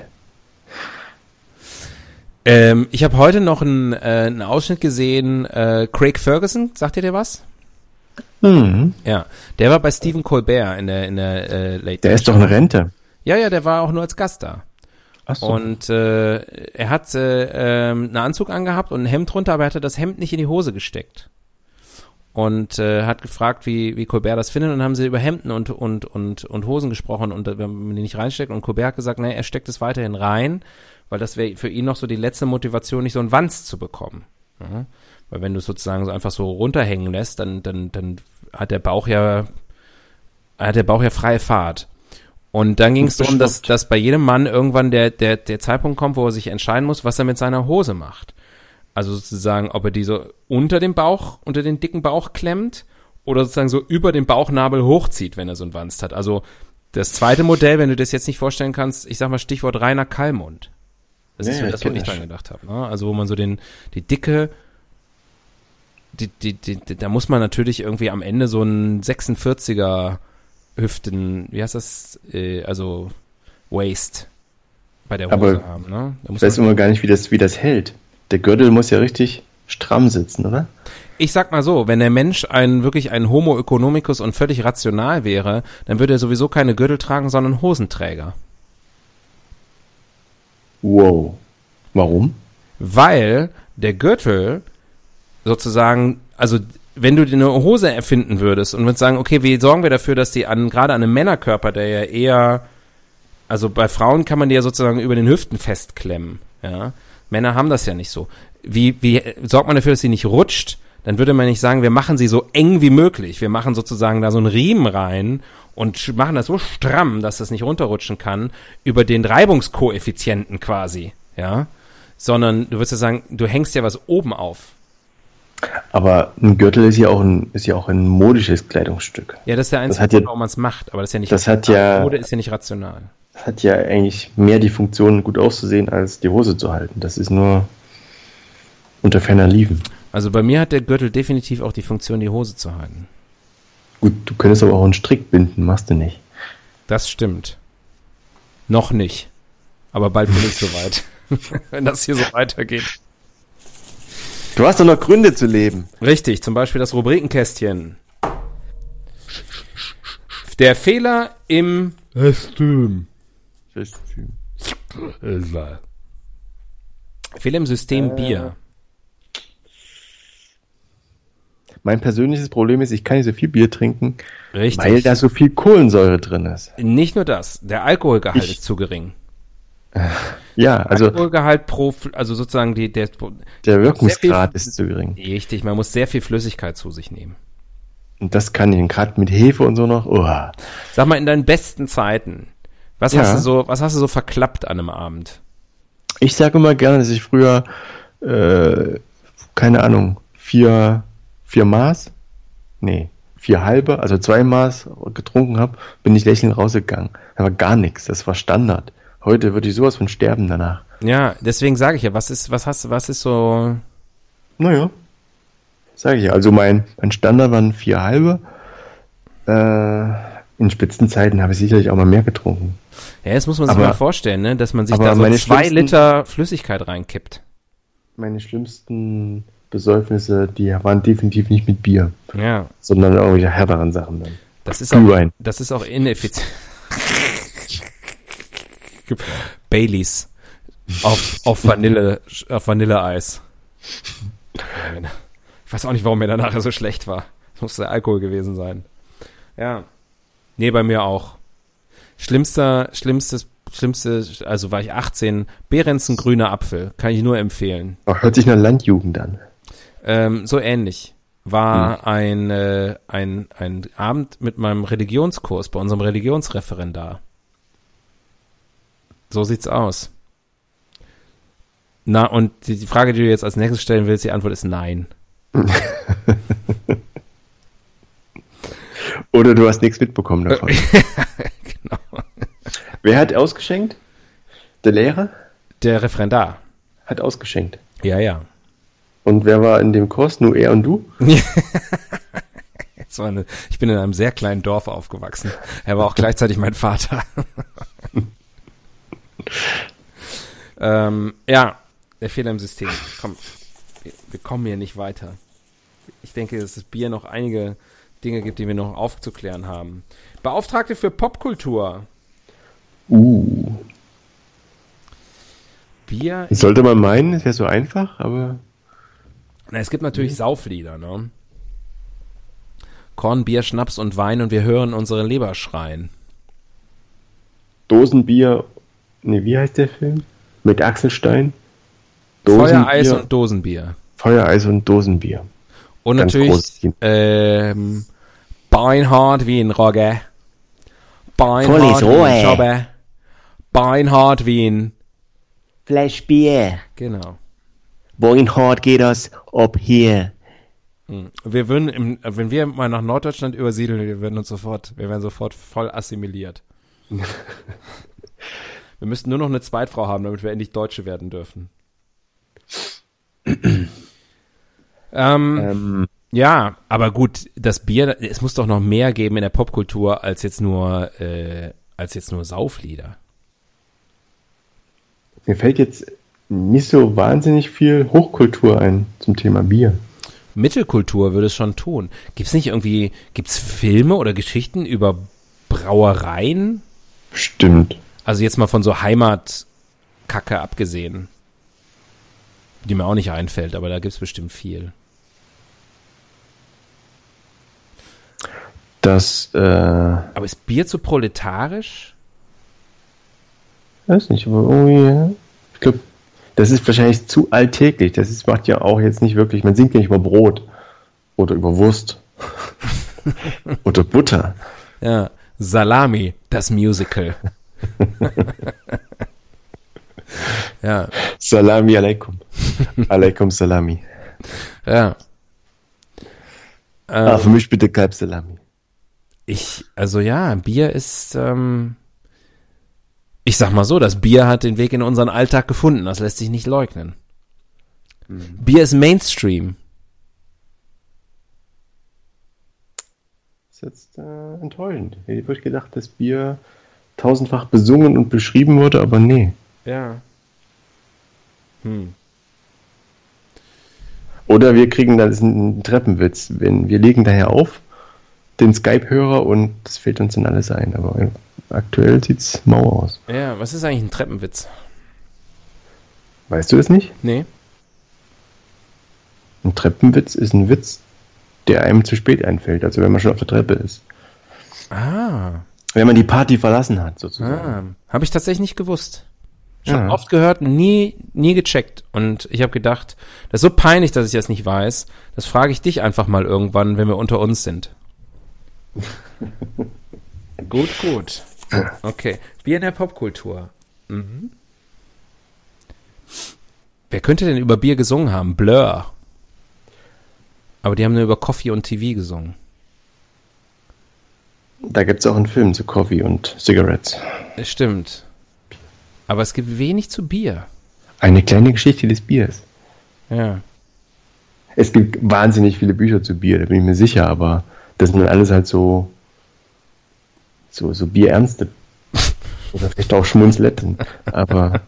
Ich habe heute noch einen Ausschnitt gesehen, Craig Ferguson, sagt ihr der was? Mhm. Ja, der war bei Stephen Colbert in der Late Der ist doch in Rente. Ja, der war auch nur als Gast da. Ach so. Und er hat einen Anzug angehabt und ein Hemd drunter, aber er hatte das Hemd nicht in die Hose gesteckt. Und hat gefragt, wie Colbert das findet, und haben sie über Hemden und Hosen gesprochen und wenn man die nicht reinsteckt, und Colbert hat gesagt, er steckt es weiterhin rein, weil das wäre für ihn noch so die letzte Motivation, nicht so einen Wanz zu bekommen. Ja? Weil wenn du es sozusagen so einfach so runterhängen lässt, dann hat der Bauch ja freie Fahrt. Und dann ging es darum, dass bei jedem Mann irgendwann der Zeitpunkt kommt, wo er sich entscheiden muss, was er mit seiner Hose macht. Also sozusagen, ob er die so unter den dicken Bauch klemmt oder sozusagen so über den Bauchnabel hochzieht, wenn er so einen Wanst hat. Also das zweite Modell, wenn du das jetzt nicht vorstellen kannst, ich sag mal Stichwort Rainer Kallmund. Das ist so das, wo ich dran gedacht habe. Ne? Also wo man so die Dicke, da muss man natürlich irgendwie am Ende so einen 46er Hüften, wie heißt das, also Waist bei der Hose haben. Ne? Ich weiß immer gar nicht, wie das hält. Der Gürtel muss ja richtig stramm sitzen, oder? Ich sag mal so, wenn der Mensch wirklich ein Homo economicus und völlig rational wäre, dann würde er sowieso keine Gürtel tragen, sondern Hosenträger. Wow. Warum? Weil der Gürtel sozusagen, also wenn du dir eine Hose erfinden würdest und würdest sagen, okay, wie sorgen wir dafür, dass die gerade an einem Männerkörper, der ja eher, also bei Frauen kann man die ja sozusagen über den Hüften festklemmen, ja. Männer haben das ja nicht so. Wie sorgt man dafür, dass sie nicht rutscht? Dann würde man nicht sagen, wir machen sie so eng wie möglich. Wir machen sozusagen da so einen Riemen rein und machen das so stramm, dass das nicht runterrutschen kann, über den Reibungskoeffizienten quasi, ja. Sondern du würdest ja sagen, du hängst ja was oben auf. Aber ein Gürtel ist ja auch ein modisches Kleidungsstück. Ja, das ist der einzige Grund, warum man es macht, aber das ist ja nicht rational. Mode ist ja nicht rational. Das hat ja eigentlich mehr die Funktion, gut auszusehen, als die Hose zu halten. Das ist nur unter ferner Liefen. Also bei mir hat der Gürtel definitiv auch die Funktion, die Hose zu halten. Gut, du könntest aber auch einen Strick binden, machst du nicht. Das stimmt. Noch nicht. Aber bald bin ich soweit. Wenn das hier so weitergeht. Du hast doch noch Gründe zu leben. Richtig, zum Beispiel das Rubrikenkästchen. Der Fehler im System. Fehler im System Bier. Mein persönliches Problem ist, ich kann nicht so viel Bier trinken, Richtig. Weil da so viel Kohlensäure drin ist. Nicht nur das, der Alkoholgehalt ist zu gering. Ja, also Alkoholgehalt also sozusagen der Wirkungsgrad ist zu gering. Richtig, man muss sehr viel Flüssigkeit zu sich nehmen. Und das kann ich, gerade mit Hefe und so noch. Oh. Sag mal, in deinen besten Zeiten, was hast du so verklappt an einem Abend? Ich sage immer gerne, dass ich früher, keine Ahnung, 4 Maß, 4 halbe, also 2 Maß getrunken habe, bin ich lächelnd rausgegangen. Da war gar nichts, das war Standard. Heute würde ich sowas von sterben danach. Ja, deswegen sage ich ja, was ist so... Naja, sage ich ja. Also mein Standard waren 4 halbe. In Spitzenzeiten habe ich sicherlich auch mal mehr getrunken. Ja, jetzt muss man sich mal vorstellen, ne, dass man sich aber da so 2 Liter Flüssigkeit reinkippt. Meine schlimmsten Besäufnisse, die waren definitiv nicht mit Bier. Ja. Sondern irgendwelche härteren Sachen dann. Das ist auch ineffizient. Baileys auf Vanilleeis. Ich weiß auch nicht, warum mir danach so schlecht war. Das muss der Alkohol gewesen sein. Ja. Nee, bei mir auch. Schlimmste, also war ich 18, Behrensen grüner Apfel. Kann ich nur empfehlen. Auch hört sich nach Landjugend an. So ähnlich. War ein Abend mit meinem Religionskurs, bei unserem Religionsreferendar. So sieht's aus. Na, und die Frage, die du jetzt als nächstes stellen willst, die Antwort ist nein. Oder du hast nichts mitbekommen davon. Genau. Wer hat ausgeschenkt? Der Lehrer? Der Referendar. Hat ausgeschenkt. Ja, ja. Und wer war in dem Kurs? Nur er und du? Ich bin in einem sehr kleinen Dorf aufgewachsen. Er war auch gleichzeitig mein Vater. Ja, der Fehler im System. Komm, wir kommen hier nicht weiter. Ich denke, dass das Bier noch einige Dinge gibt, die wir noch aufzuklären haben. Beauftragte für Popkultur. Bier. Sollte man meinen, ist ja so einfach, aber... Na, es gibt natürlich Sauflieder, ne? Korn, Bier, Schnaps und Wein und wir hören unsere Leber schreien. Dosenbier, wie heißt der Film? Mit Axel Stein? Feuereis und Dosenbier. Feuereis und Dosenbier. Und ganz natürlich Beinhard wie ein Rogge. Beinhard wie ein Jobbe. Beinhard wie ein Fleischbier. Genau. Beinhard geht das ab hier. Wir würden, wenn wir mal nach Norddeutschland übersiedeln, wir werden sofort voll assimiliert. Wir müssten nur noch eine Zweitfrau haben, damit wir endlich Deutsche werden dürfen. Ja, aber gut, das Bier, es muss doch noch mehr geben in der Popkultur als jetzt nur Sauflieder. Mir fällt jetzt nicht so wahnsinnig viel Hochkultur ein zum Thema Bier. Mittelkultur würde es schon tun. Gibt's Filme oder Geschichten über Brauereien? Stimmt. Also jetzt mal von so Heimatkacke abgesehen. Die mir auch nicht einfällt, aber da gibt's bestimmt viel. Aber ist Bier zu proletarisch? Weiß nicht, aber irgendwie, ich glaube, das ist wahrscheinlich zu alltäglich. Macht ja auch jetzt nicht wirklich, man singt ja nicht über Brot oder über Wurst oder Butter. Ja, Salami, das Musical. Ja. Salami alaikum. Alaikum Salami. Ja. Für mich bitte Kalbsalami. Bier ist, ich sag mal so, das Bier hat den Weg in unseren Alltag gefunden, das lässt sich nicht leugnen. Bier ist Mainstream. Das ist jetzt enttäuschend. Ich hätte gedacht, dass Bier tausendfach besungen und beschrieben wurde, aber nee. Ja. Oder wir kriegen dann einen Treppenwitz. Wir legen daher auf, den Skype-Hörer, und das fällt uns dann alles ein. Aber aktuell sieht's mau aus. Ja, was ist eigentlich ein Treppenwitz? Weißt du das nicht? Nee. Ein Treppenwitz ist ein Witz, der einem zu spät einfällt, also wenn man schon auf der Treppe ist. Wenn man die Party verlassen hat, sozusagen. Habe ich tatsächlich nicht gewusst. Schon oft gehört, nie gecheckt. Und ich habe gedacht, das ist so peinlich, dass ich das nicht weiß. Das frage ich dich einfach mal irgendwann, wenn wir unter uns sind. Gut. Okay. Bier in der Popkultur. Mhm. Wer könnte denn über Bier gesungen haben? Blur. Aber die haben nur über Coffee und TV gesungen. Da gibt es auch einen Film zu Coffee und Cigarettes. Stimmt. Aber es gibt wenig zu Bier. Eine kleine Geschichte des Biers. Ja. Es gibt wahnsinnig viele Bücher zu Bier, da bin ich mir sicher, aber das sind dann alles halt so Bierernste. Oder vielleicht auch Schmunzletten. Aber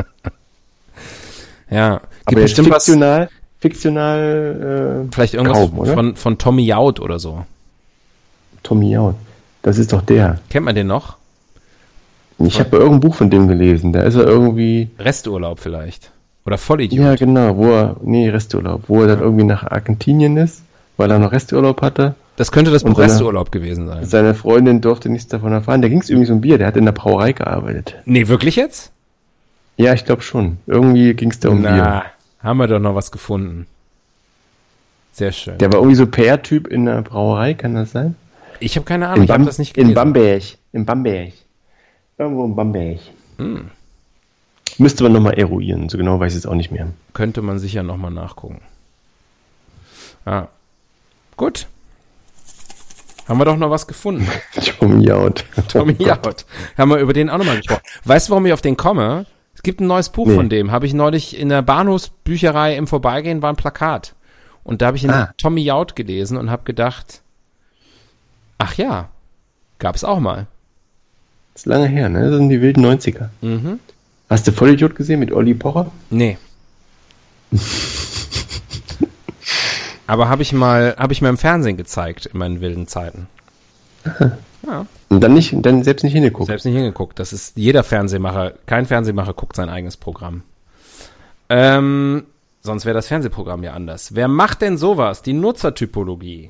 ja. Gibt bestimmt fiktional vielleicht irgendwas kaum, oder? von Tommy Jaud oder so. Tommy Jaud. Das ist doch der. Kennt man den noch? Ich habe irgendein Buch von dem gelesen. Da ist er irgendwie... Resturlaub vielleicht. Oder Vollidiot. Ja, genau. Resturlaub. Wo er dann irgendwie nach Argentinien ist, weil er noch Resturlaub hatte. Das könnte das Buch Resturlaub gewesen sein. Seine Freundin durfte nichts davon erfahren. Da ging es irgendwie so um Bier. Der hat in der Brauerei gearbeitet. Nee, wirklich jetzt? Ja, ich glaube schon. Irgendwie ging es da um Bier. Haben wir doch noch was gefunden. Sehr schön. Der war irgendwie so PR-Typ in der Brauerei, kann das sein? Ich habe keine Ahnung, ich habe das nicht gelesen. In Bamberg. Irgendwo in Bamberg. Müsste man nochmal eruieren, so genau weiß ich es auch nicht mehr. Könnte man sicher nochmal nachgucken. Ah. Gut. Haben wir doch noch was gefunden. Tommy Jaud. Haben wir über den auch nochmal gesprochen. Weißt du, warum ich auf den komme? Es gibt ein neues Buch von dem. Habe ich neulich in der Bahnhofsbücherei im Vorbeigehen, war ein Plakat. Und da habe ich Tommy Jaud gelesen und habe gedacht, ach ja, gab es auch mal. Das ist lange her, ne? Das sind die wilden 90er. Mhm. Hast du Vollidiot gesehen mit Olli Pocher? Nee. Aber habe ich mir im Fernsehen gezeigt in meinen wilden Zeiten. Ja. Und dann selbst nicht hingeguckt. Selbst nicht hingeguckt. Das ist kein Fernsehmacher guckt sein eigenes Programm. Sonst wäre das Fernsehprogramm ja anders. Wer macht denn sowas? Die Nutzertypologie.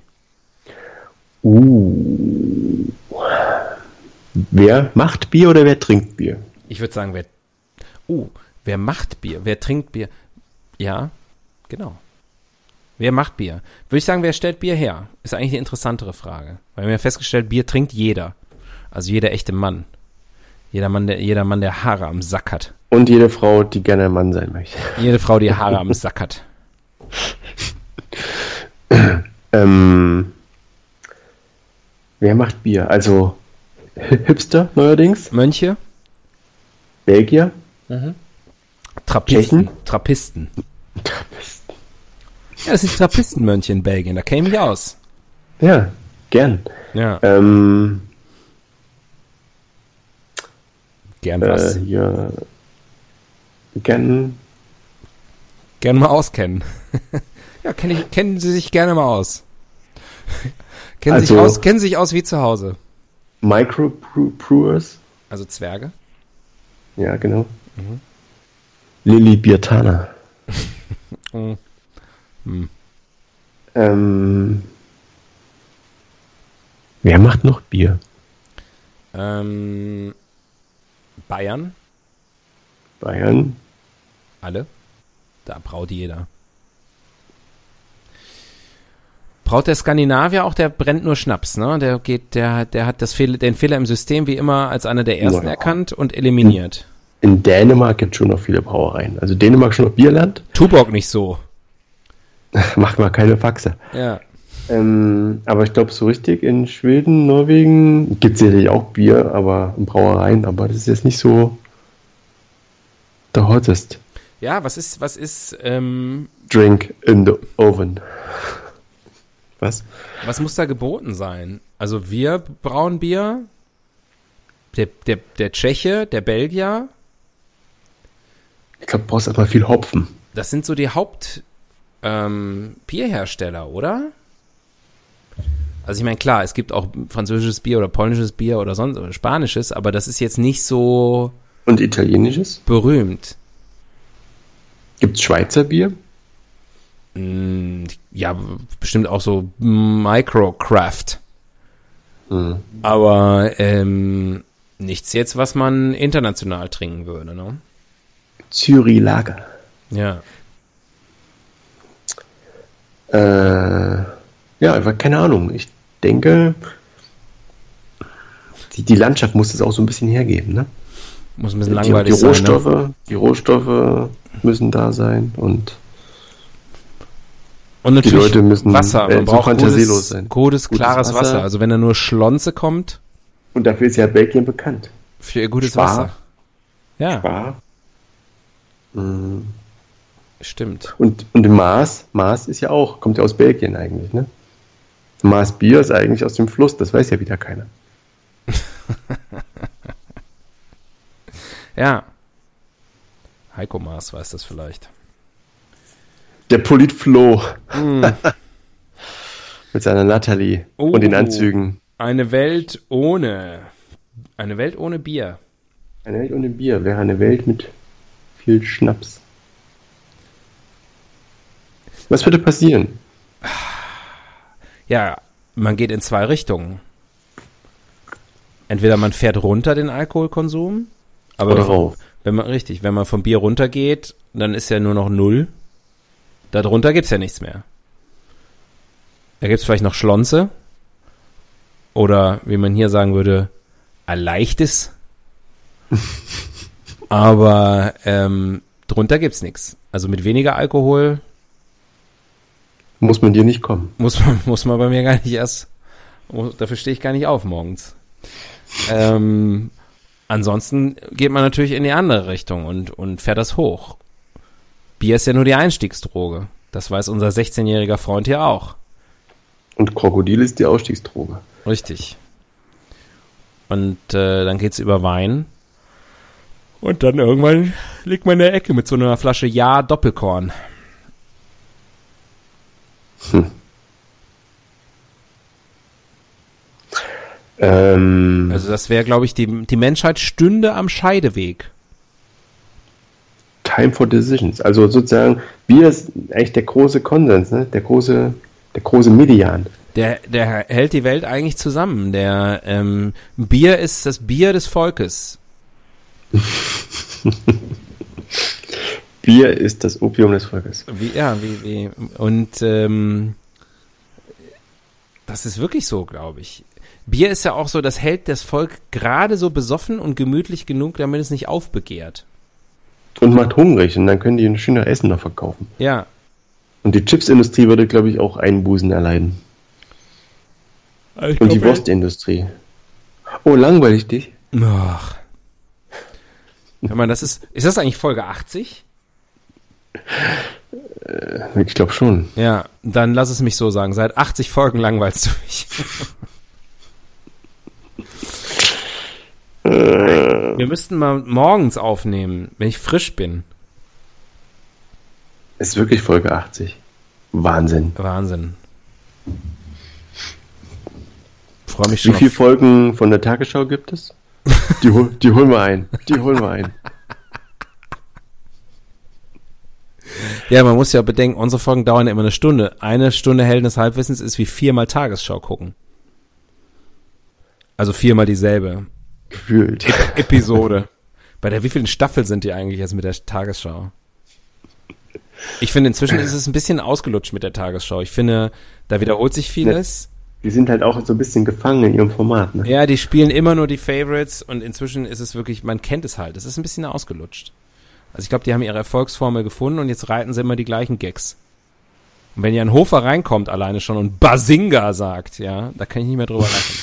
Wer macht Bier oder wer trinkt Bier? Ich würde sagen, wer macht Bier? Wer trinkt Bier? Ja, genau. Wer macht Bier? Würde ich sagen, wer stellt Bier her? Ist eigentlich die interessantere Frage. Weil wir haben ja festgestellt, Bier trinkt jeder. Also jeder echte Mann. Jeder Mann, der Haare am Sack hat. Und jede Frau, die gerne ein Mann sein möchte. Jede Frau, die Haare am Sack hat. Wer macht Bier? Also Hipster neuerdings? Mönche? Belgier? Trappisten. Ja, das sind Trappistenmönche in Belgien, da käme ich aus. Ja, gern. Ja. Gern was? Ja, gern mal auskennen. Ja, kennen Sie sich gerne mal aus. Kennen sich aus wie zu Hause. Microbrewers. Also Zwerge. Ja, genau. Lilly Biertaner. Wer macht noch Bier? Bayern. Alle. Da braut jeder. Braut der Skandinavier auch, der brennt nur Schnaps, ne? Der hat den Fehler im System wie immer als einer der ersten erkannt und eliminiert. In Dänemark gibt es schon noch viele Brauereien. Also Dänemark schon noch Bierland. Tuborg nicht so. Macht mal keine Faxe. Ja. Aber ich glaube, so richtig in Schweden, Norwegen gibt es sicherlich auch Bier, aber in Brauereien, aber das ist jetzt nicht so der hottest. Ja, was ist Drink in the oven. Was muss da geboten sein? Also wir brauen Bier, der Tscheche, der Belgier. Ich glaube, du brauchst einfach viel Hopfen. Das sind so die Bierhersteller, oder? Also ich meine, klar, es gibt auch französisches Bier oder polnisches Bier oder sonst oder spanisches, aber das ist jetzt nicht so... Und italienisches? Berühmt. Gibt's Schweizer Bier? Ja, bestimmt auch so Microcraft. Aber nichts jetzt, was man international trinken würde, ne? Zürich Lager. Ja. Ja, einfach keine Ahnung. Ich denke, Die Landschaft muss es auch so ein bisschen hergeben, ne? Muss ein bisschen langweilig sein. Die Rohstoffe müssen da sein und natürlich die Leute müssen Wasser. Man braucht fantasielos sein. Gutes, klares Wasser. Also wenn da nur Schlonze kommt. Und dafür ist ja Belgien bekannt. Für ihr gutes Wasser. Ja. Spar. Stimmt. Und Maas ist ja auch, kommt ja aus Belgien eigentlich, ne? Maas Bier ist eigentlich aus dem Fluss, das weiß ja wieder keiner. Ja. Heiko Maas weiß das vielleicht. Der Politflo. Mit seiner Natalie und den Anzügen. Eine Welt ohne Bier. Eine Welt ohne Bier wäre eine Welt mit viel Schnaps. Was würde passieren? Ja, man geht in zwei Richtungen. Entweder man fährt runter den Alkoholkonsum, aber oder rauf. Wenn man vom Bier runtergeht, dann ist ja nur noch 0. Darunter gibt's ja nichts mehr. Da gibt's vielleicht noch Schlonze oder wie man hier sagen würde, Erleichtes. Aber drunter gibt's nichts. Also mit weniger Alkohol muss man dir nicht kommen. Muss man bei mir gar nicht erst. Dafür stehe ich gar nicht auf morgens. Ansonsten geht man natürlich in die andere Richtung und fährt das hoch. Bier ist ja nur die Einstiegsdroge. Das weiß unser 16-jähriger Freund hier auch. Und Krokodil ist die Ausstiegsdroge. Richtig. Und dann geht's über Wein. Und dann irgendwann liegt man in der Ecke mit so einer Flasche Doppelkorn. Also das wäre, glaube ich, die Menschheit stünde am Scheideweg. Time for Decisions. Also sozusagen, Bier ist eigentlich der große Konsens, ne? Der große Median. Der hält die Welt eigentlich zusammen. Bier ist das Bier des Volkes. Bier ist das Opium des Volkes. Und das ist wirklich so, glaube ich. Bier ist ja auch so, das hält das Volk gerade so besoffen und gemütlich genug, damit es nicht aufbegehrt. Und macht hungrig und dann können die ein schönes Essen noch verkaufen. Ja. Und die Chipsindustrie würde, glaube ich, auch Einbußen erleiden. Und die Wurstindustrie. Oh, langweilig dich. Ach. Hör mal, ist das eigentlich Folge 80? Ich glaube schon. Ja, dann lass es mich so sagen. Seit 80 Folgen langweilst du mich. Wir müssten mal morgens aufnehmen, wenn ich frisch bin. Ist wirklich Folge 80. Wahnsinn. Freue mich schon. Wie viele Folgen von der Tagesschau gibt es? Die holen wir ein. Ja, man muss ja bedenken, unsere Folgen dauern ja immer eine Stunde. Eine Stunde Helden des Halbwissens ist wie 4-mal Tagesschau gucken. Also 4-mal dieselbe. Gefühlt. Episode. Bei der wievielten Staffel sind die eigentlich jetzt mit der Tagesschau? Ich finde, inzwischen ist es ein bisschen ausgelutscht mit der Tagesschau. Ich finde, da wiederholt sich vieles. Die sind halt auch so ein bisschen gefangen in ihrem Format, ne? Ja, die spielen immer nur die Favorites und inzwischen ist es wirklich, man kennt es halt. Es ist ein bisschen ausgelutscht. Also ich glaube, die haben ihre Erfolgsformel gefunden und jetzt reiten sie immer die gleichen Gags. Und wenn Jan Hofer reinkommt alleine schon und Basinga sagt, ja, da kann ich nicht mehr drüber lachen.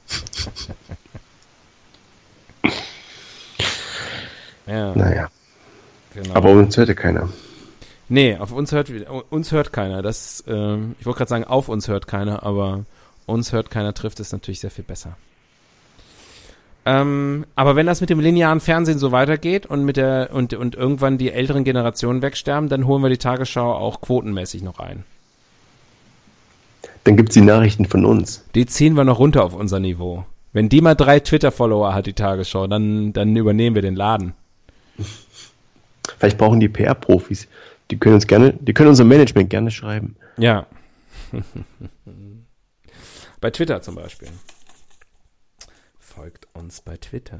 Ja. Naja. Genau. Aber uns hört ja keiner. Nee, auf uns hört keiner. Das, ich wollte gerade sagen, auf uns hört keiner, aber uns hört keiner trifft es natürlich sehr viel besser. Aber wenn das mit dem linearen Fernsehen so weitergeht und und irgendwann die älteren Generationen wegsterben, dann holen wir die Tagesschau auch quotenmäßig noch ein. Dann gibt's die Nachrichten von uns. Die ziehen wir noch runter auf unser Niveau. Wenn die mal 3 Twitter-Follower hat, die Tagesschau, dann übernehmen wir den Laden. Vielleicht brauchen die PR-Profis. Die können unser Management gerne schreiben. Ja. Bei Twitter zum Beispiel. Folgt uns bei Twitter.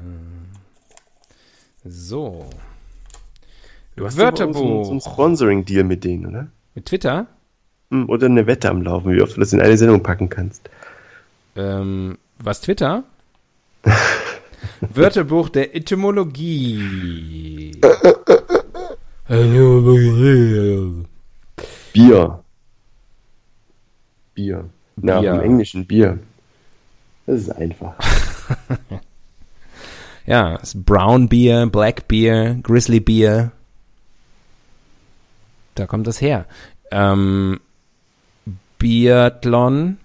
So. Du hast Wörterbuch. So ein Sponsoring-Deal mit denen, oder? Mit Twitter? Oder eine Wette am Laufen, wie oft du das in eine Sendung packen kannst. Was, Twitter? Wörterbuch der Etymologie. Bier. Na, Bier. im Englischen Bier. Das ist einfach. Ja, es ist Brown Beer, Black Beer, Grizzly Beer. Da kommt das her. Biathlon.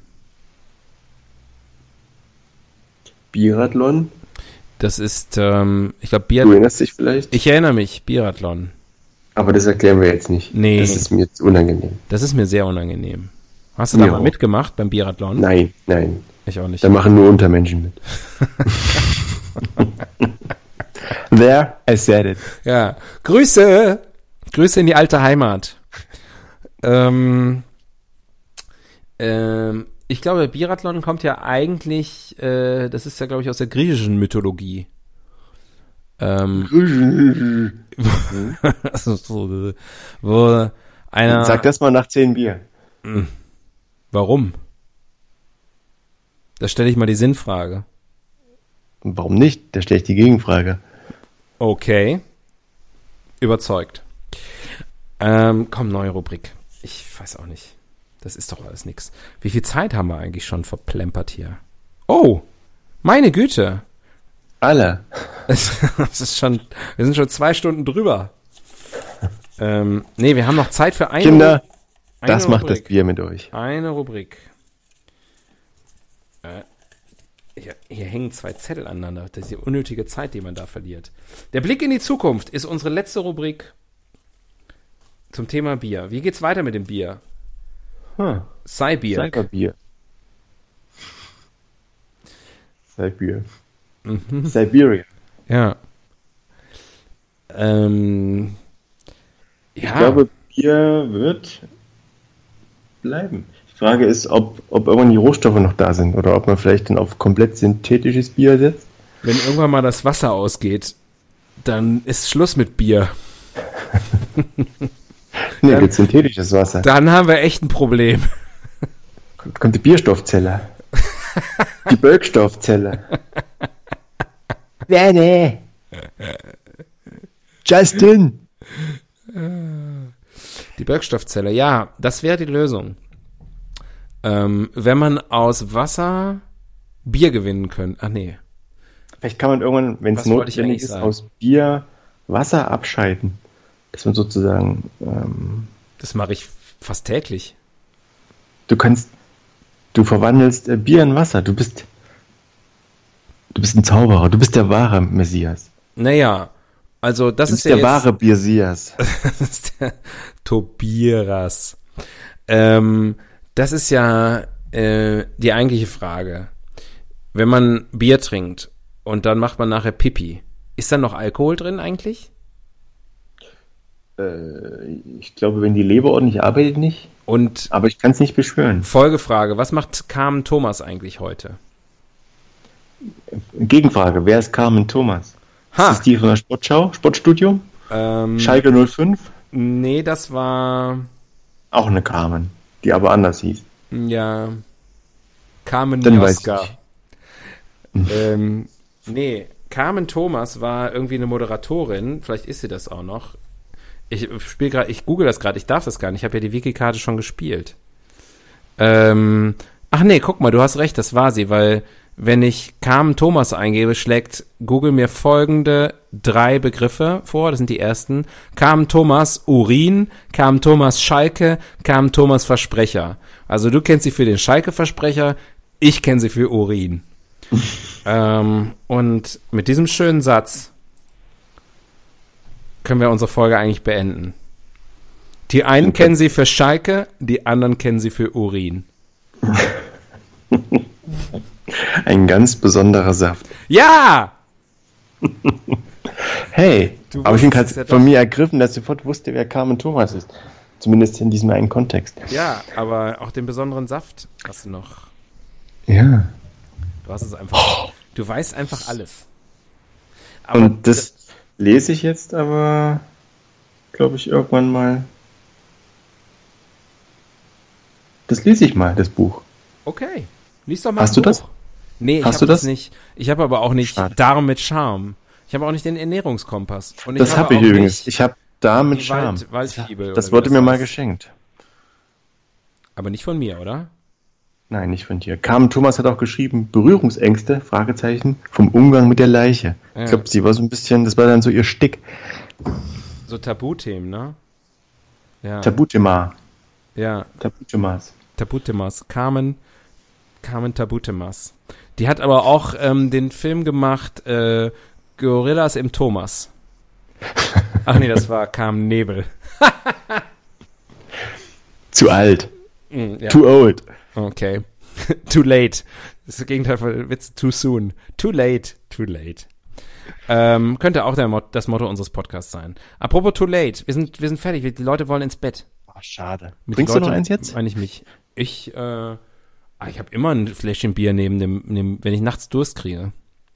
Biathlon? Das ist, ich glaube, Du erinnerst dich vielleicht? Ich erinnere mich, Biathlon. Aber das erklären wir jetzt nicht. Nee. Das ist mir jetzt unangenehm. Das ist mir sehr unangenehm. Hast du da Mir mal auch. mitgemacht beim Biathlon? Nein. Ich auch nicht. Da machen nur Untermenschen mit. There, I said it. Ja, Grüße in die alte Heimat. Ich glaube, Biathlon kommt ja eigentlich, das ist ja, glaube ich, aus der griechischen Mythologie. Wo einer. Sag das mal nach 10 Bier. Warum? Da stelle ich mal die Sinnfrage. Warum nicht? Da stelle ich die Gegenfrage. Okay. Überzeugt. Komm, neue Rubrik. Ich weiß auch nicht. Das ist doch alles nix. Wie viel Zeit haben wir eigentlich schon verplempert hier? Oh, meine Güte. Alle. Das ist schon, wir sind schon 2 Stunden drüber. Nee, wir haben noch Zeit für eine Kinder, eine das macht das Rubrik. Bier mit euch. Eine Rubrik. Hier hängen 2 Zettel aneinander. Das ist die unnötige Zeit, die man da verliert. Der Blick in die Zukunft ist unsere letzte Rubrik zum Thema Bier. Wie geht's weiter mit dem Bier? Seibier. Sag mal Bier. Seibier. Siberia. Ja. Ich glaube, Bier wird bleiben. Die Frage ist, ob irgendwann die Rohstoffe noch da sind oder ob man vielleicht dann auf komplett synthetisches Bier setzt. Wenn irgendwann mal das Wasser ausgeht, dann ist Schluss mit Bier. Nee, gibt synthetisches Wasser. Dann haben wir echt ein Problem. Kommt die Bierstoffzelle. Die Bölkstoffzelle. Werner. Justin. Die Birkstoffzelle, ja, das wäre die Lösung. Wenn man aus Wasser Bier gewinnen könnte. Ach nee. Vielleicht kann man irgendwann, wenn es Was wollte ich notwendig eigentlich ist, sagen? aus Bier Wasser abscheiden. Dass man sozusagen, Das mache ich fast täglich. du verwandelst Bier in Wasser. Du bist ein Zauberer. Du bist der wahre Messias. Naja, also das Du ist bist ja der jetzt, wahre Biersias. das ist der Tobias. Das ist ja die eigentliche Frage. Wenn man Bier trinkt und dann macht man nachher Pipi, ist da noch Alkohol drin eigentlich? Ich glaube, wenn die Leber ordentlich arbeitet, nicht. Und Aber ich kann es nicht beschwören. Folgefrage, was macht Carmen Thomas eigentlich heute? Gegenfrage, wer ist Carmen Thomas? Ha. Ist das die von der Sportschau? Sportstudio? Schalke 05? Nee, das war Auch eine Carmen, die aber anders hieß. ja Carmen Dann weiß Mioska. Nee, Carmen Thomas war irgendwie eine Moderatorin, vielleicht ist sie das auch noch. Ich google das gerade, ich darf das gar nicht, ich habe ja die Wiki-Karte schon gespielt. Ach nee, guck mal, du hast recht, das war sie, weil wenn ich Carmen Thomas eingebe, schlägt Google mir folgende 3 Begriffe vor, das sind die ersten. Carmen Thomas Urin, Carmen Thomas Schalke, Carmen Thomas Versprecher. Also du kennst sie für den Schalke-Versprecher, ich kenne sie für Urin. Und mit diesem schönen Satz können wir unsere Folge eigentlich beenden. Die einen kennen sie für Schalke, die anderen kennen sie für Urin. Ein ganz besonderer Saft. Ja! Hey, Du aber ich bin wusstest gerade ja von mir ergriffen, dass ich sofort wusste, wer Carmen Thomas ist. Zumindest in diesem einen Kontext. Ja, aber auch den besonderen Saft hast du noch. Ja. Du hast es einfach. Du weißt einfach alles. Aber Und das lese ich jetzt aber, glaube ich, irgendwann mal. Das lese ich mal, das Buch. okay. Lies doch mal Hast ein du das? Buch. Nee, Hast ich du habe das das? nicht. Ich habe aber auch nicht Schade. Darm mit Charme. Ich habe auch nicht den Ernährungskompass. Und ich Das habe ich auch übrigens. nicht Ich habe da mit die Charme. Waldfibel. Das oder wie wurde mir mal heißt. geschenkt. Aber nicht von mir, oder? Nein, nicht von dir. Carmen Thomas hat auch geschrieben, Berührungsängste, Fragezeichen, vom Umgang mit der Leiche. Ja. Ich glaube, sie war so ein bisschen, das war dann so ihr Stick. So Tabuthemen, ne? Ja. Tabuthema. Ja, Tabuthemas. Tabutemas. Carmen Tabutemas. Die hat aber auch den Film gemacht, Gorillas im Thomas. Ach nee, das war Carmen Nebel. Zu alt. Ja. Too old. Okay. Too late. Das ist das Gegenteil von Witz. Too soon. Too late. Too late. Könnte auch das Motto unseres Podcasts sein. Apropos too late. Wir sind fertig. Die Leute wollen ins Bett. Ach, schade. Mit Trinkst du Leute noch eins jetzt? Meine ich mich. Ich habe immer ein Fläschchen Bier neben dem, wenn ich nachts Durst kriege.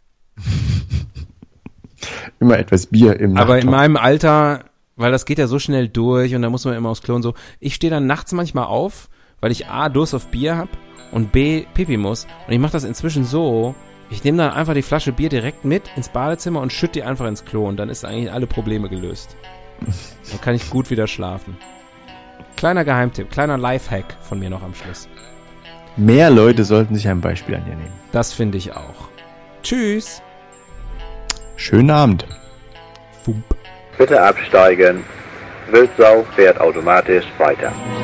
Immer etwas Bier im Aber in Nachttopf. meinem Alter, weil das geht ja so schnell durch und da muss man immer aufs Klo und so. Ich stehe dann nachts manchmal auf, weil ich A, Durst auf Bier hab und B, Pipi muss. Und ich mache das inzwischen so, ich nehme dann einfach die Flasche Bier direkt mit ins Badezimmer und schütte die einfach ins Klo und dann ist eigentlich alle Probleme gelöst. Dann kann ich gut wieder schlafen. Kleiner Geheimtipp, kleiner Lifehack von mir noch am Schluss. Mehr Leute sollten sich ein Beispiel an dir nehmen. Das finde ich auch. Tschüss. Schönen Abend. Fump. Bitte absteigen. Wildsau fährt automatisch weiter.